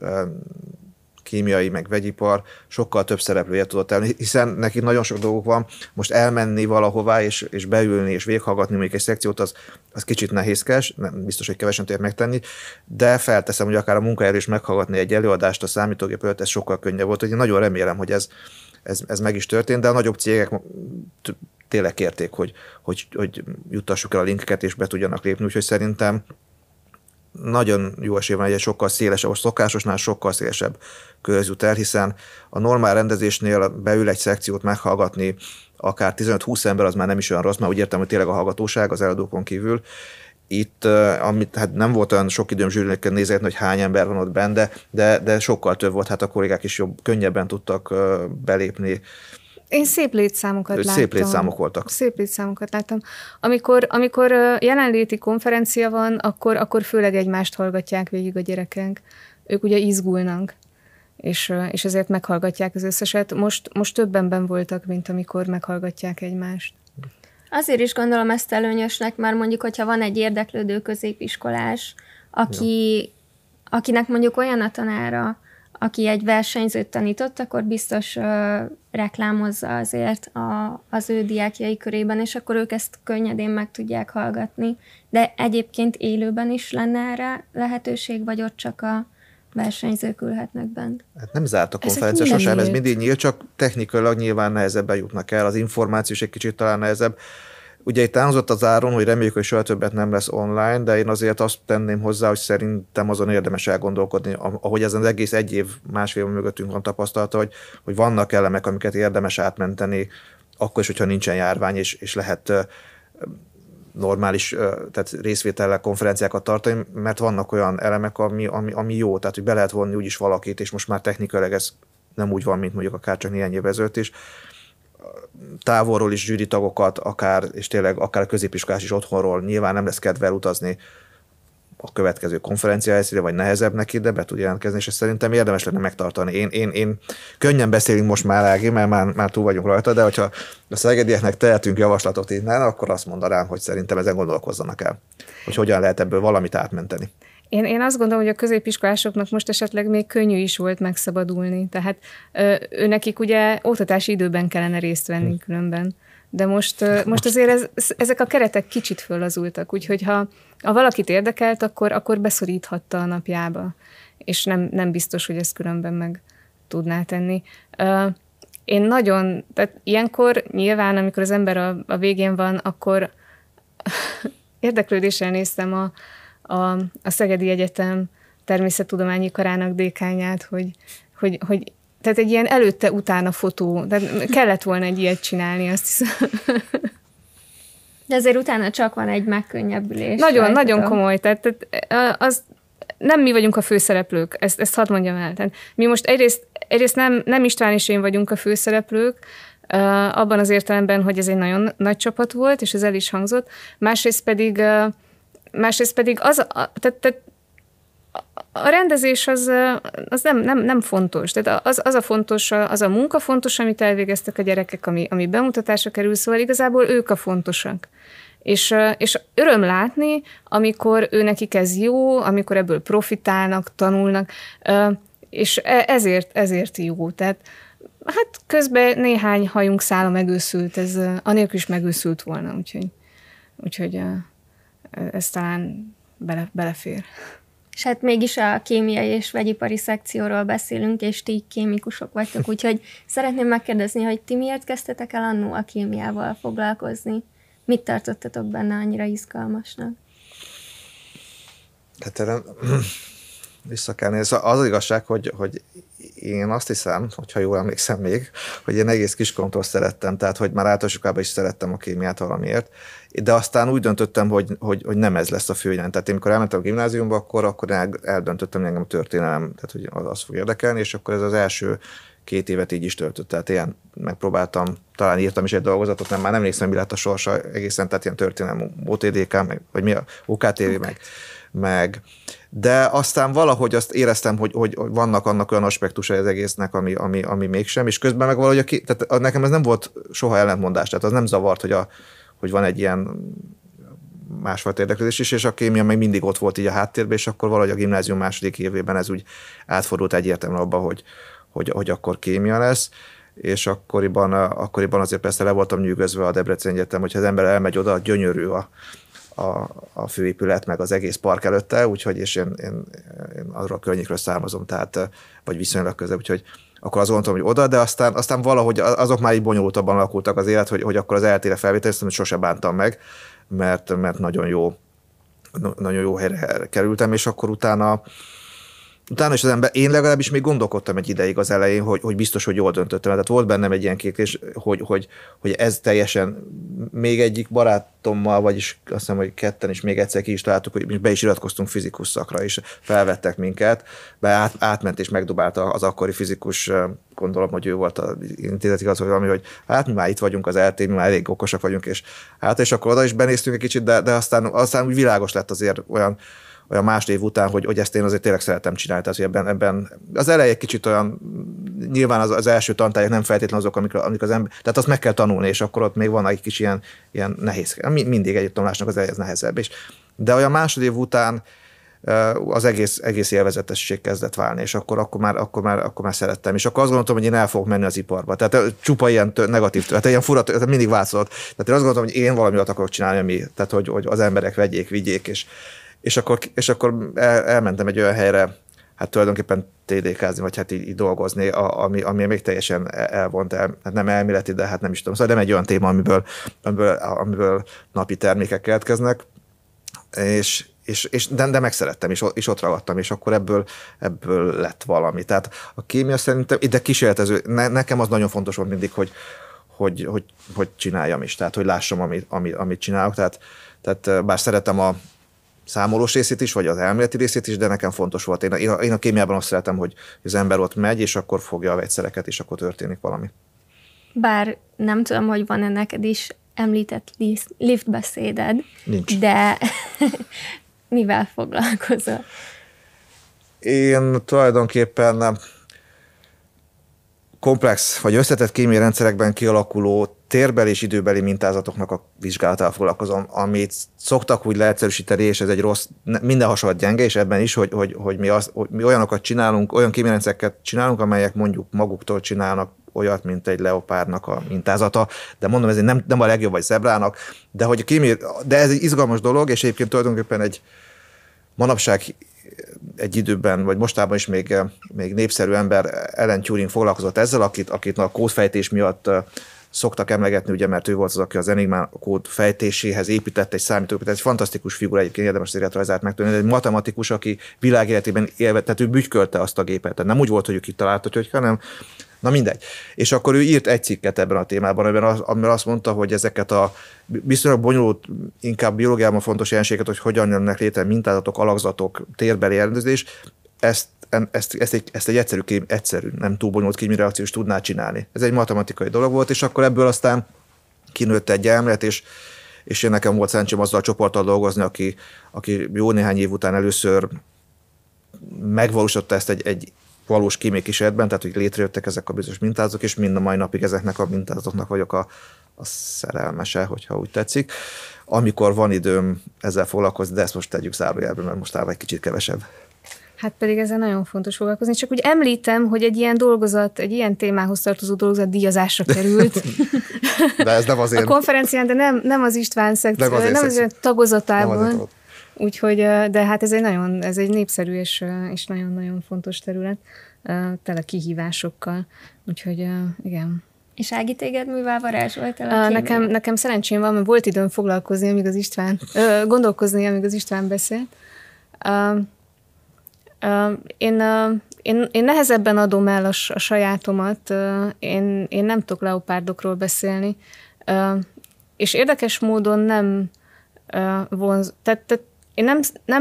kémiai, meg vegyipar sokkal több szereplője tudott elni, hiszen neki nagyon sok dolguk van, most elmenni valahová, és beülni, és végighallgatni mondjuk egy szekciót, az kicsit nehézkes, nem biztos, hogy kevesen tudják megtenni, de felteszem, hogy akár a munkaerő is meghallgatni egy előadást a számítógép előtt, ez sokkal könnyebb volt. Én nagyon remélem, hogy ez meg is történt, de a nagyobb cégek tényleg kérték, hogy juttassuk el a linkeket, és be tudjanak lépni, úgyhogy szerintem nagyon jó esély van, hogy egy sokkal szélesebb, a szokásosnál sokkal szélesebb körz jut el, hiszen a normál rendezésnél beül egy szekciót meghallgatni, akár 15-20 ember, az már nem is olyan rossz, mert úgy értem, hogy tényleg a hallgatóság az előadókon kívül. Itt, amit hát nem volt olyan sok időm zsűrinek nézegetni, hogy hány ember van ott benne, de sokkal több volt, hát a kollégák is könnyebben tudtak belépni. Én szép létszámokat láttam. Szép létszámok voltak. Szép létszámokat láttam. Amikor jelenléti konferencia van, akkor főleg egymást hallgatják végig a gyerekek. Ők ugye izgulnak, és ezért meghallgatják az összeset. Most többenben voltak, mint amikor meghallgatják egymást. Azért is gondolom ezt előnyösnek, mert mondjuk, hogyha van egy érdeklődő középiskolás, akinek mondjuk olyan a tanára, aki egy versenyzőt tanított, akkor biztos reklámozza azért az ő diákjai körében, és akkor ők ezt könnyedén meg tudják hallgatni. De egyébként élőben is lenne erre lehetőség, vagy ott csak a versenyzők ülhetnek bent? Hát nem zárt a konferencia sosem, ez mindig nyílt, csak technikailag nyilván nehezebben jutnak el, az információ is egy kicsit talán nehezebb. Ugye itt elhangzott az áron, hogy reméljük, hogy soha többet nem lesz online, de én azért azt tenném hozzá, hogy szerintem azon érdemes elgondolkodni, ahogy ezen az egész egy év, másfél év mögöttünk van tapasztalata, hogy vannak elemek, amiket érdemes átmenteni, akkor is, hogyha nincsen járvány, és lehet normális, tehát részvétellel konferenciákat tartani, mert vannak olyan elemek, ami jó, tehát hogy be lehet vonni úgyis valakit, és most már technikailag ez nem úgy van, mint mondjuk akár csak néhány évvel ezelőtt is. Távolról is zsűritagokat, és tényleg akár a középiskolás is otthonról, nyilván nem lesz kedve utazni a következő konferencia helyszínre, vagy nehezebb neki, de be tud jelentkezni, és ezt szerintem érdemes lenne megtartani. Én könnyen beszélünk most már, Ági, mert már túl vagyunk rajta, de hogyha a szegedieknek tehetünk javaslatot innen, akkor azt mondanám, hogy szerintem ezen gondolkozzanak el, hogy hogyan lehet ebből valamit átmenteni. Én azt gondolom, hogy a középiskolásoknak most esetleg még könnyű is volt megszabadulni. Tehát őnekik ugye oktatási időben kellene részt venni különben. De most azért ezek a keretek kicsit föllazultak, úgyhogy ha valakit érdekelt, akkor beszoríthatta a napjába. És nem biztos, hogy ezt különben meg tudná tenni. Tehát ilyenkor nyilván, amikor az ember a végén van, akkor érdeklődéssel néztem a Szegedi Egyetem természettudományi karának dékányát, hogy tehát egy ilyen előtte-utána fotó, tehát kellett volna egy ilyet csinálni, azt hiszem. De azért utána csak van egy megkönnyebbülés. Nagyon komoly, tehát az nem mi vagyunk a főszereplők, ezt hadd mondjam el. Tehát mi most egyrészt nem István és én vagyunk a főszereplők, abban az értelemben, hogy ez egy nagyon nagy csapat volt, és ez el is hangzott, másrészt pedig tehát a rendezés az nem fontos. Tehát az a fontos, az a munka fontos, amit elvégeztek a gyerekek, ami bemutatásra kerül, szóval igazából ők a fontosak. És öröm látni, amikor nekik ez jó, amikor ebből profitálnak, tanulnak, és ezért jó. Tehát hát közben néhány hajunk szála megőszült, ez anélkül is megőszült volna, úgyhogy ez talán belefér. És hát mégis a kémiai és vegyipari szekcióról beszélünk, és ti kémikusok vagytok, úgyhogy szeretném megkérdezni, hogy ti miért kezdtetek el annó a kémiával foglalkozni? Mit tartottatok benne annyira izgalmasnak? Hát erre vissza kell nézni. Az igazság, hogy én azt hiszem, hogyha jól emlékszem még, hogy én egész kiskoromtól szerettem, tehát hogy már általánosokában is szerettem a kémiát valamiért, de aztán úgy döntöttem, hogy nem ez lesz a fő irány. Tehát én, amikor elmentem a gimnáziumba, akkor eldöntöttem, hogy engem a történelem, tehát hogy az fog érdekelni, és akkor ez az első 2 évet így is töltött. Tehát ilyen megpróbáltam, talán írtam is egy dolgozatot, már nem emlékszem, mi lett a sorsa egészen, tehát ilyen történelem OTDK, meg, vagy mi a OKTV, meg. De aztán valahogy azt éreztem, hogy vannak annak olyan aspektusai az egésznek, ami mégsem, és közben meg valahogy, tehát nekem ez nem volt soha ellentmondás, tehát az nem zavart, hogy van egy ilyen másfajta érdeklődés is, és a kémia meg mindig ott volt így a háttérben, és akkor valahogy a gimnázium második évében ez úgy átfordult egyértelműen abba, hogy akkor kémia lesz, és akkoriban azért persze le voltam nyűgözve a Debrecen Egyetem, hogyha az ember elmegy oda, gyönyörű a főépület, meg az egész park előtte, úgyhogy és én arról a környékről származom, tehát, vagy viszonylag közel, úgyhogy akkor azt gondoltam, hogy oda, de aztán valahogy azok már így bonyolultabban alakultak az élet, hogy akkor az eltére felvételiztem, hogy sose bántam meg, mert nagyon jó helyre kerültem, és akkor utána is az ember, én legalábbis még gondolkodtam egy ideig az elején, hogy biztos, hogy jól döntöttem. Tehát volt bennem egy ilyen kétlés, hogy ez teljesen még egyik barátommal, vagyis azt hiszem, hogy ketten is még egyszer ki is találtuk, hogy be is iratkoztunk fizikus szakra, és felvettek minket, átment és megdobálta az akkori fizikus, gondolom, hogy ő volt az intézetigazgató, hogy hát mi már itt vagyunk az LT, mi már elég okosak vagyunk, és akkor oda is benéztünk egy kicsit, de aztán úgy világos lett azért olyan más év után, hogy ezt én azért tényleg szeretem csinálni. Tehát, hogy ebben az eleje egy kicsit olyan, nyilván az első tantárgyak nem feltétlenül azok, amik az ember, tehát azt meg kell tanulni, és akkor ott még van egy kis ilyen nehéz. Mindig egy tanulásnak az eleje nehezebb is. De olyan másodév után az egész élvezetesség kezdett válni, és akkor már szerettem. És akkor azt gondoltam, hogy én el fogok menni az iparba. Tehát csupa ilyen negatív, tehát ilyen fura, tehát mindig változott. Tehát én azt gondoltam, hogy én valami akarok csinálni, tehát hogy az emberek vigyék, és akkor elmentem egy olyan helyre, hát tulajdonképpen TDK-zni, vagy hát így dolgozni, ami még teljesen elvont, hát nem elméleti, de hát nem is tudom. Szóval nem egy olyan téma, amiből napi termékek keletkeznek, de megszerettem, és ott ragadtam, és akkor ebből lett valami. Tehát a kémia szerintem, ide kísérletező, nekem az nagyon fontos volt mindig, hogy csináljam is, tehát hogy lássam, amit csinálok, tehát bár szeretem a számolós részét is, vagy az elméleti részét is, de nekem fontos volt. Én a kémiában azt szeretem, hogy az ember ott megy, és akkor fogja a vegyszereket, és akkor történik valami. Bár nem tudom, hogy van-e neked is említett liftbeszéded, nincs. De mivel foglalkozol? Én tulajdonképpen komplex vagy összetett kémiai rendszerekben kialakuló térbeli és időbeli mintázatoknak a vizsgálatával foglalkozom, amit szoktak úgy leegyszerűsíteni, és ez egy rossz, minden hasonlat gyenge, és ebben is, hogy mi olyanokat csinálunk, olyan kémiai rendszereket csinálunk, amelyek mondjuk maguktól csinálnak olyat, mint egy leopárdnak a mintázata, de mondom, ez nem a legjobb, vagy zebrának, de ez egy izgalmas dolog, és egyébként tulajdonképpen egy manapság egy időben, vagy mostában is még népszerű ember, Alan Turing foglalkozott ezzel, akit a kódfejtés miatt szoktak emlegetni, ugye, mert ő volt az, aki az Enigma kód fejtéséhez épített egy számítógépet. Ez egy fantasztikus figura, egyébként érdemes az életrajzát megtudni. Egy matematikus, aki világéletében élve, tehát ő bütykölte azt a gépet. Tehát nem úgy volt, hogy ő kitalálta, hanem na mindegy. És akkor ő írt egy cikket ebben a témában, amiben azt mondta, hogy ezeket a viszonylag bonyolult, inkább biológiában fontos jelenségeket, hogy hogyan jönnek létre mintázatok, alakzatok, térbeli elrendezés, ezt egy egyszerű, nem túl bonyolult kémiai reakciós tudná csinálni. Ez egy matematikai dolog volt, és akkor ebből aztán kinőtt egy elmélet, és én nekem volt szerencsém azzal a csoporttal dolgozni, aki jó néhány év után először megvalósította ezt egy valós kémiai kísérletben, tehát hogy létrejöttek ezek a bizonyos mintázatok, és mind a mai napig ezeknek a mintázatoknak vagyok a szerelmese, hogyha úgy tetszik. Amikor van időm ezzel foglalkozni, de ezt most tegyük zárójelbe, mert mostában egy kicsit kevesebb. Hát pedig ezzel nagyon fontos foglalkozni. Csak úgy említem, hogy egy ilyen dolgozat, egy ilyen témához tartozó dolgozat díjazásra került. De ez nem azért. A konferencián, de nem az István szekció, nem az tagozatában. Úgyhogy, de hát ez egy népszerű és nagyon-nagyon fontos terület, tele kihívásokkal. Úgyhogy igen. És Ági, téged mivel varázsoltál? Nekem szerencsém van, mert volt időm foglalkozni, amíg az István beszélt. Én nehezebben adom el a sajátomat, én nem tudok leopárdokról beszélni, és érdekes módon nem vonz... Tehát én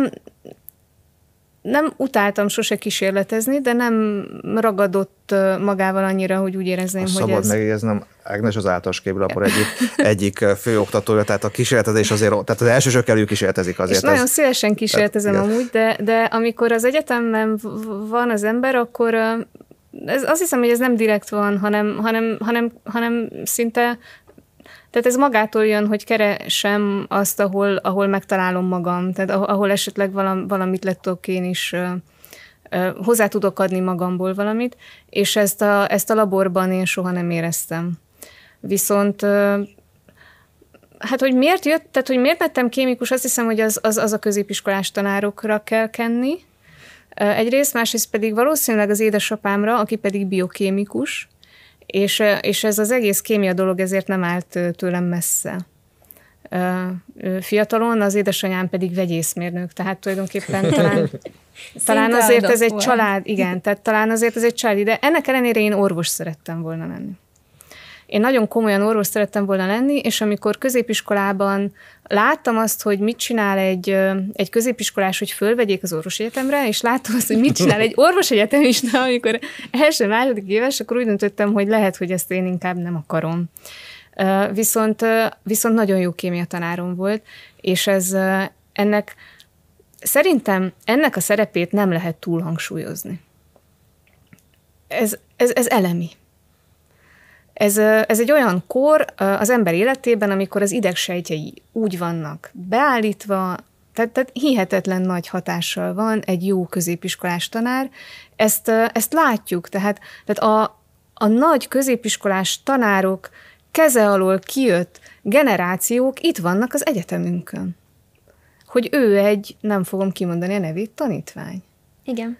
nem utáltam sose kísérletezni, de nem ragadott magával annyira, hogy úgy érezném, hogy szabad ez... megjegyeznem, Ágnes az általános képzőlapor egyik főoktatója, tehát a kísérletezés azért, tehát az elsősökkel ő kísérletezik azért. És nagyon szívesen kísérletezem amúgy, de amikor az egyetemen van az ember, akkor azt hiszem, hogy ez nem direkt van, hanem szinte... Tehát ez magától jön, hogy keresem azt, ahol megtalálom magam, tehát ahol esetleg valamit lettok én is, hozzá tudok adni magamból valamit, és ezt a laborban én soha nem éreztem. Viszont, hát hogy miért jött, tehát hogy miért lettem kémikus, azt hiszem, hogy az a középiskolás tanárokra kell kenni. Egyrészt, másrészt pedig valószínűleg az édesapámra, aki pedig biokémikus, és ez az egész kémia dolog ezért nem állt tőlem messze. Fiatalon az édesanyám pedig vegyészmérnök, tehát tulajdonképpen talán azért ez egy család, igen, tehát talán azért ez egy család, de ennek ellenére én orvos szerettem volna lenni. Én nagyon komolyan orvos szerettem volna lenni, és amikor középiskolában láttam azt, hogy mit csinál egy középiskolás, hogy fölvegyék az orvosegyetemre, és láttam azt, hogy mit csinál egy orvosegyetemista, amikor első-második éves, akkor úgy döntöttem, hogy lehet, hogy ezt én inkább nem akarom. Viszont nagyon jó kémia tanárom volt, és szerintem ennek a szerepét nem lehet túlhangsúlyozni. Ez elemi. Ez egy olyan kor az ember életében, amikor az idegsejtjei úgy vannak beállítva, tehát hihetetlen nagy hatással van egy jó középiskolás tanár. Ezt látjuk, tehát a nagy középiskolás tanárok keze alól kijött generációk itt vannak az egyetemünkön. Hogy ő nem fogom kimondani a nevét, tanítvány. Igen.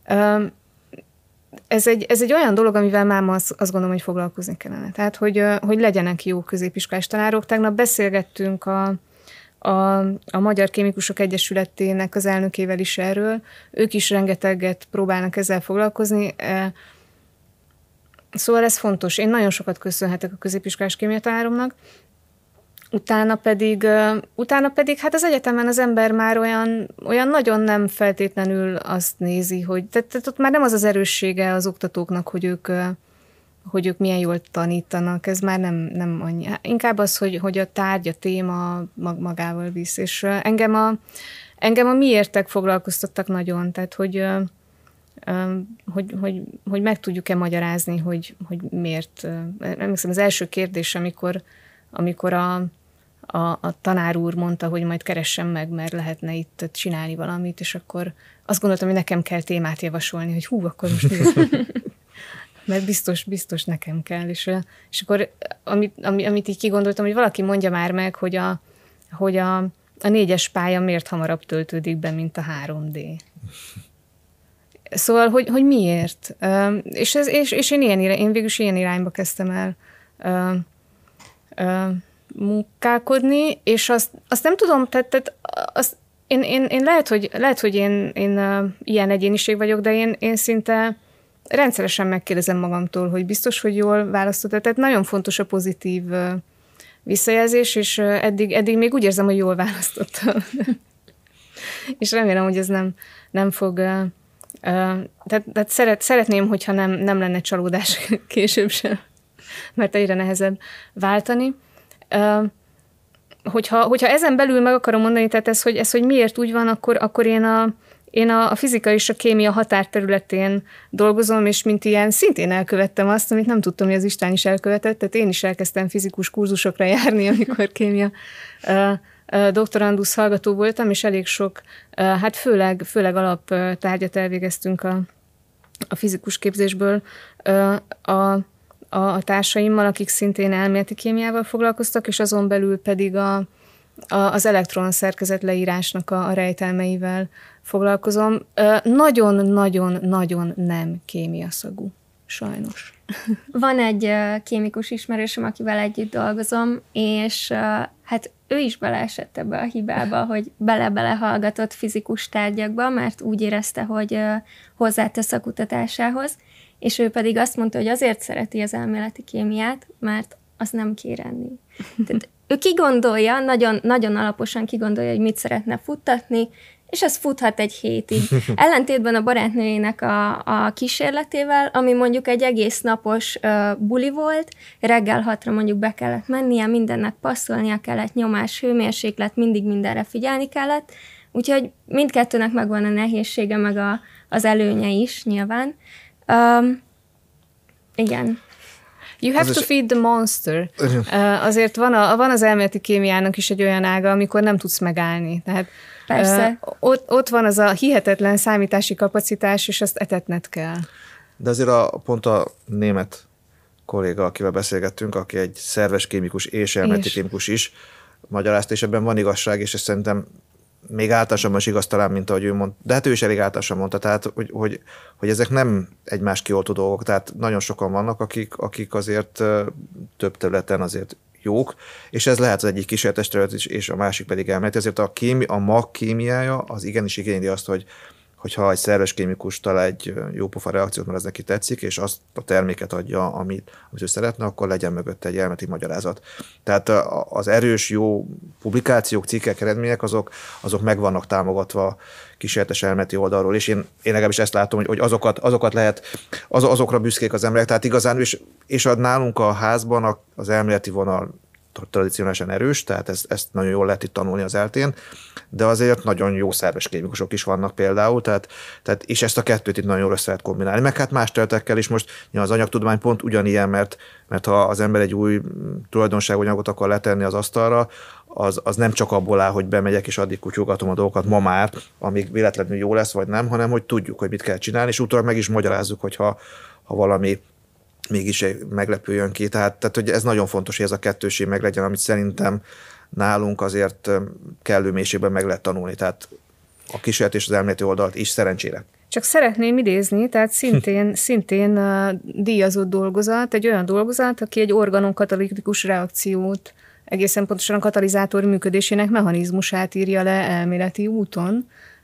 Ez egy olyan dolog, amivel már azt gondolom, hogy foglalkozni kellene. Tehát, hogy legyenek jó középiskolás tanárok. Tegnap beszélgettünk a Magyar Kémikusok Egyesületének az elnökével is erről. Ők is rengeteget próbálnak ezzel foglalkozni. Szóval ez fontos. Én nagyon sokat köszönhetek a középiskolás kémiatanáromnak. Utána pedig hát az egyetemen az ember már olyan nagyon nem feltétlenül azt nézi, hogy tehát ott már nem az erőssége az oktatóknak, hogy ők milyen jól tanítanak, ez már nem annyi. Inkább az, hogy a tárgy, a téma magával visz, és engem a miértek foglalkoztattak nagyon, tehát hogy meg tudjuk-e magyarázni, hogy miért. Emlékszem, az első kérdés, amikor a tanár úr mondta, hogy majd keressem meg, mert lehetne itt csinálni valamit, és akkor azt gondoltam, hogy nekem kell témát javasolni, hogy akkor most mert biztos nekem kell. És akkor amit így kigondoltam, hogy valaki mondja már meg, hogy a 4-es pálya miért hamarabb töltődik be, mint a 3D. Szóval, hogy miért? És én végül is ilyen irányba kezdtem el munkálkodni, és azt nem tudom, tehát én lehet, hogy én ilyen egyéniség vagyok, de én szinte rendszeresen megkérdezem magamtól, hogy biztos, hogy jól választottam. Tehát nagyon fontos a pozitív visszajelzés, és eddig még úgy érzem, hogy jól választottam. És remélem, hogy ez nem fog... Tehát szeretném, hogyha nem lenne csalódás később sem, mert egyre nehezebb váltani. Hogyha ezen belül meg akarom mondani, tehát ez, hogy miért úgy van, akkor én a fizika és a kémia határterületén dolgozom, és mint ilyen szintén elkövettem azt, amit nem tudtam, hogy az István is elkövetett, tehát én is elkezdtem fizikus kurzusokra járni, amikor kémia doktorandusz hallgató voltam, és elég sok, hát főleg alaptárgyat elvégeztünk a fizikus képzésből a társaimmal, akik szintén elméleti kémiával foglalkoztak, és azon belül pedig az elektronszerkezet leírásnak a rejtelmeivel foglalkozom. Nagyon-nagyon-nagyon nem kémiaszagú, sajnos. Van egy kémikus ismerősöm, akivel együtt dolgozom, és hát ő is beleesett ebbe a hibába, hogy bele-bele hallgatott fizikus tárgyakba, mert úgy érezte, hogy hozzátesz a kutatásához, és ő pedig azt mondta, hogy azért szereti az elméleti kémiát, mert az nem kér enni. Tehát ő kigondolja, nagyon, nagyon alaposan kigondolja, hogy mit szeretne futtatni, és ez futhat egy hétig. Ellentétben a barátnőjének a kísérletével, ami mondjuk egy egész napos buli volt, reggel 6-ra mondjuk be kellett mennie, mindennek passzolnia kellett, nyomás, hőmérséklet, mindig mindenre figyelni kellett, úgyhogy mindkettőnek megvan a nehézsége, meg az előnye is nyilván. Igen. You have to feed the monster. Azért van az elméleti kémiának is egy olyan ága, amikor nem tudsz megállni. Tehát persze. Ott van az a hihetetlen számítási kapacitás, és azt etetned kell. De azért pont a német kolléga, akivel beszélgettünk, aki egy szerves kémikus és elméleti kémikus is, magyarázta, és ebben van igazság, és ezt szerintem még általánosabban is igaz talán, mint ahogy ő mondta, de hát ő is elég általánosan mondta, tehát hogy ezek nem egymás kioltó dolgok, tehát nagyon sokan vannak, akik azért több területen azért jók, és ez lehet az egyik kísérletes terület is, és a másik pedig elméleti. Ezért a mag kémiája az igenis igényli azt, hogyha egy szerves kémikus talál egy jópofa reakciót, mert ez neki tetszik, és azt a terméket adja, amit ő szeretne, akkor legyen mögötte egy elméleti magyarázat. Tehát az erős, jó publikációk, cikkek, eredmények, azok meg vannak támogatva kísérletes elméleti oldalról, és én legalábbis ezt látom, hogy azokat lehet, azokra büszkék az emberek, tehát igazán, és nálunk a házban az elméleti vonal tradicionálisan erős, tehát ezt nagyon jól lehet itt tanulni az eltén, de azért nagyon jó szerves kémikusok is vannak például, tehát és ezt a kettőt itt nagyon jól össze lehet kombinálni. Meg hát más területekkel is most az anyagtudomány pont ugyanilyen, mert ha az ember egy új tulajdonságú anyagot akar letenni az asztalra, az nem csak abból áll, hogy bemegyek és addig kutyulgatom a dolgokat ma már, amíg véletlenül jó lesz vagy nem, hanem hogy tudjuk, hogy mit kell csinálni, és utólag meg is magyarázzuk, hogy ha valami mégis meglepő jön ki. Tehát, hogy ez nagyon fontos, hogy ez a kettőség meglegyen, amit szerintem nálunk azért kellő mélységben meg lehet tanulni. Tehát a kísérlet és az elméleti oldalt is szerencsére. Csak szeretném idézni, tehát szintén díjazott dolgozat, egy olyan dolgozat, aki egy organon katalitikus reakciót, egészen pontosan a katalizátor működésének mechanizmusát írja le elméleti úton.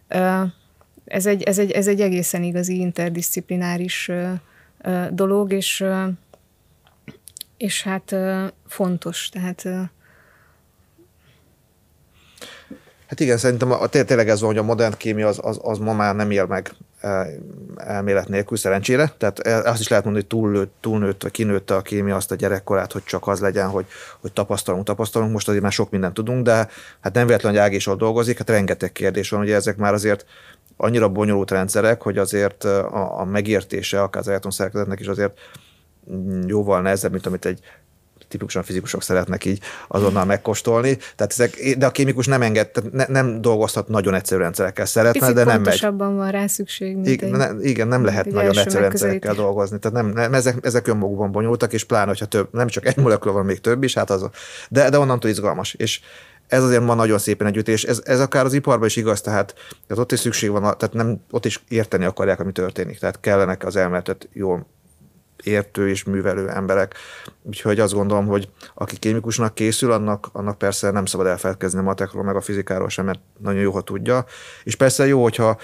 Ez egy egészen igazi interdisziplináris dolog, és hát fontos, tehát... Hát igen, szerintem tényleg ez van, hogy a modern kémia az ma már nem él meg elmélet nélkül, szerencsére. Tehát azt is lehet mondani, hogy túlnőtt, vagy kinőtte a kémia azt a gyerekkorát, hogy csak az legyen, hogy tapasztalunk. Most azért már sok mindent tudunk, de hát nem véletlenül, hogy Ági is ott dolgozik, hát rengeteg kérdés van, ugye ezek már azért annyira bonyolult rendszerek, hogy azért a megértése akár az elektronszerkezetnek is azért jóval nehezebb, mint amit egy tipikusan fizikusok szeretnek így azonnal megkóstolni. Tehát de a kémikus nem nem dolgozhat nagyon egyszerű rendszerekkel. Szeretne, picit de nem megy. Pontosabban van rá szükség, mint igen, nem lehet nagyon egyszerű rendszerekkel dolgozni. Tehát nem, ezek önmagukban bonyolultak, és pláne, hogyha nem csak egy molekula van, még több is, hát de onnantól izgalmas. És ez azért ma nagyon szépen együtt, és ez akár az iparban is igaz, tehát ott is szükség van, tehát nem, ott is érteni akarják, ami történik. Tehát kellenek az elméletet jól értő és művelő emberek. Úgyhogy azt gondolom, hogy aki kémikusnak készül, annak persze nem szabad elfeledkezni a matekról, meg a fizikáról sem, mert nagyon jó, ha tudja. És persze jó, hogyha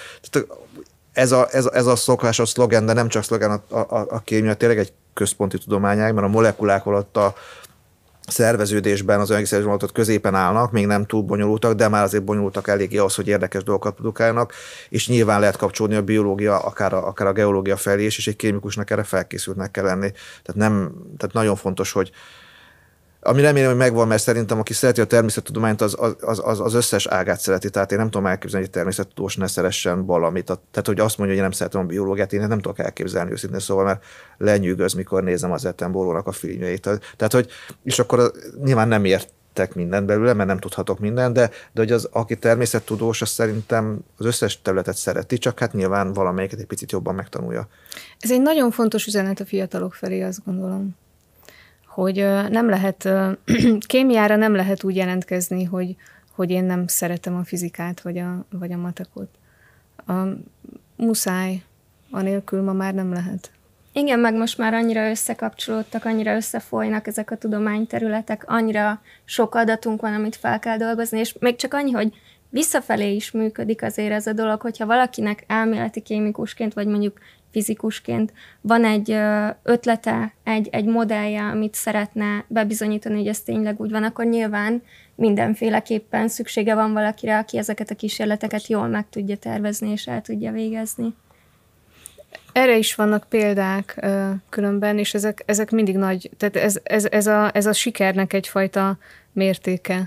ez a szokásos szlogen, de nem csak szlogen, a kémia tényleg egy központi tudományág, mert a molekulák alatt a szerveződésben az egész vonatot középen állnak, még nem túl bonyolultak, de már azért bonyolultak eléggé ahhoz, hogy érdekes dolgokat produkálnak, és nyilván lehet kapcsolni a biológia, akár a geológia felé is, és egy kémikusnak erre felkészültnek kell lenni. Tehát nagyon fontos, hogy ami remélem, hogy megvan, mert szerintem aki szereti a természettudományt, az összes ágát szereti. Tehát én nem tudom elképzelni, hogy egy természettudós ne szeressen valamit. Tehát, hogy azt mondja, hogy én nem szeretem a biológiát, én nem tudok elképzelni őszintén, szóval, mert lenyűgöz, mikor nézem az Attenborough-nak a filmjeit. Tehát, hogy, és akkor nyilván nem értek mindent belőle, mert nem tudhatok mindent, de hogy aki természettudós, az szerintem az összes területet szereti, csak hát nyilván valamelyiket egy picit jobban megtanulja. Ez egy nagyon fontos üzenet a fiatalok felé, azt gondolom, hogy nem lehet, kémiára nem lehet úgy jelentkezni, hogy én nem szeretem a fizikát, vagy a matekot. Muszáj, anélkül ma már nem lehet. Igen, meg most már annyira összekapcsolódtak, annyira összefolynak ezek a tudományterületek, annyira sok adatunk van, amit fel kell dolgozni, és még csak annyi, hogy visszafelé is működik azért ez a dolog, hogyha valakinek elméleti kémikusként, vagy mondjuk fizikusként van egy ötlete, egy modellje, amit szeretne bebizonyítani, hogy ez tényleg úgy van, akkor nyilván mindenféleképpen szüksége van valakire, aki ezeket a kísérleteket jól meg tudja tervezni, és el tudja végezni. Erre is vannak példák különben, és ezek mindig nagy, tehát ez a sikernek egyfajta mértéke,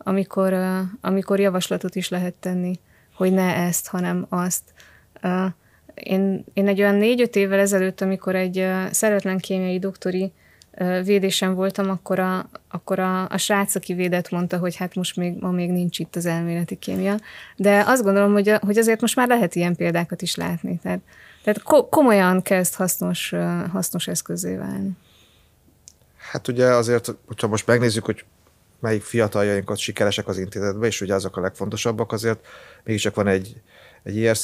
amikor javaslatot is lehet tenni, hogy ne ezt, hanem azt. Én egy olyan 4-5 évvel ezelőtt, amikor egy szervetlen kémiai doktori védésen voltam, akkor a srác, aki védett, mondta, hogy hát most ma még nincs itt az elméleti kémia. De azt gondolom, hogy azért most már lehet ilyen példákat is látni. Tehát komolyan kezd hasznos eszközzé válni. Hát ugye azért, hogyha most megnézzük, hogy melyik fiataljainkat sikeresek az intézetben, és ugye azok a legfontosabbak, azért mégiscsak van egy IRC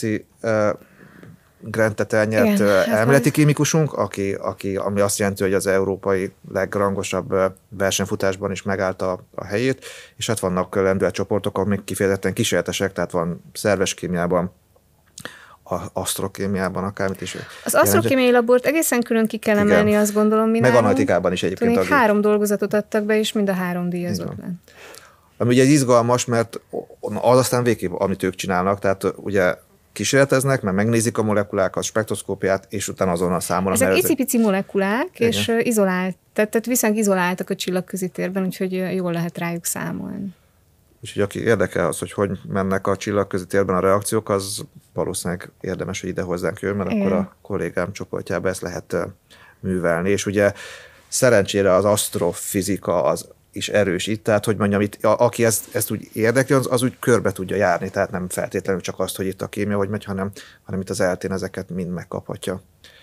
grantet elnyert elméleti kémikusunk, ami azt jelenti, hogy az európai legrangosabb versenyfutásban is megállta a helyét, és hát vannak lendületcsoportok, amik kifejezetten kísérletesek, tehát van szerves kémiában, asztrokémiában, akármit is. Az asztrokémiai labort egészen külön ki kell emelni, azt gondolom, mi meg analitikában is egyébként. Tudnék, 3 dolgozatot adtak be, és mind a 3 díjazott lett. Ami ugye izgalmas, mert az aztán végképp, amit ők csinálnak, tehát ugye kísérleteznek, mert megnézik a molekulákat, spektroszkópiát, és utána azonnal számolnak. Ezek icipici molekulák, igen. És izolált, tehát viszont izoláltak a csillagközi térben, úgyhogy jól lehet rájuk számolni. Úgyhogy aki érdekel az, hogy mennek a csillagközi térben a reakciók, az valószínűleg érdemes, hogy ide hozzánk jön, mert igen. Akkor a kollégám csoportjában ezt lehet művelni. És ugye szerencsére az asztrofizika az is erős itt, tehát hogy mondjam, itt, aki ezt úgy érdekli, az úgy körbe tudja járni, tehát nem feltétlenül csak azt, hogy itt a kémia hogy megy, hanem itt az eltén ezeket mind megkaphatja.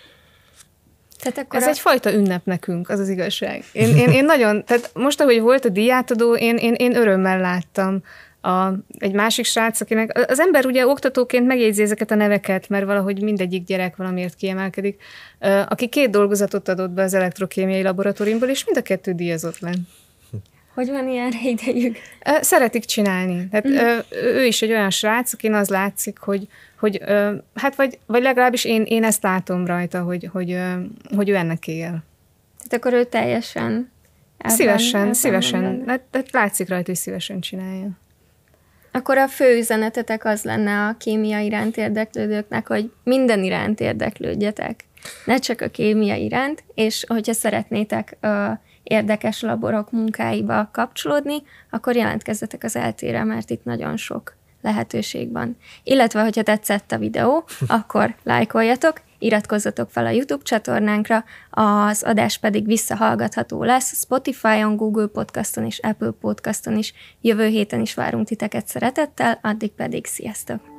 Ez egyfajta ünnep nekünk, az az igazság. Én nagyon, tehát most, ahogy volt a díjátadó, én örömmel láttam egy másik srác, akinek az ember ugye oktatóként megjegyzi ezeket a neveket, mert valahogy mindegyik gyerek valamiért kiemelkedik, aki 2 dolgozatot adott be az elektrokémiai laboratóriumból, és mind a 2 díjazott lett. Hogy van ilyenre idejük? Szeretik csinálni. Tehát, ő is egy olyan srác, akin az látszik, hogy hát vagy legalábbis én ezt látom rajta, hogy ő ennek él. Tehát akkor ő teljesen szívesen. Tehát látszik rajta, hogy szívesen csinálja. Akkor a fő üzenetetek az lenne a kémia iránt érdeklődőknek, hogy minden iránt érdeklődjetek. Ne csak a kémia iránt, és hogyha szeretnétek érdekes laborok munkáiba kapcsolódni, akkor jelentkezzetek az eltére, mert itt nagyon sok lehetőség van. Illetve, hogyha tetszett a videó, akkor lájkoljatok, iratkozzatok fel a YouTube csatornánkra, az adás pedig visszahallgatható lesz Spotify-on, Google Podcaston és Apple Podcaston is. Jövő héten is várunk titeket szeretettel, addig pedig sziasztok!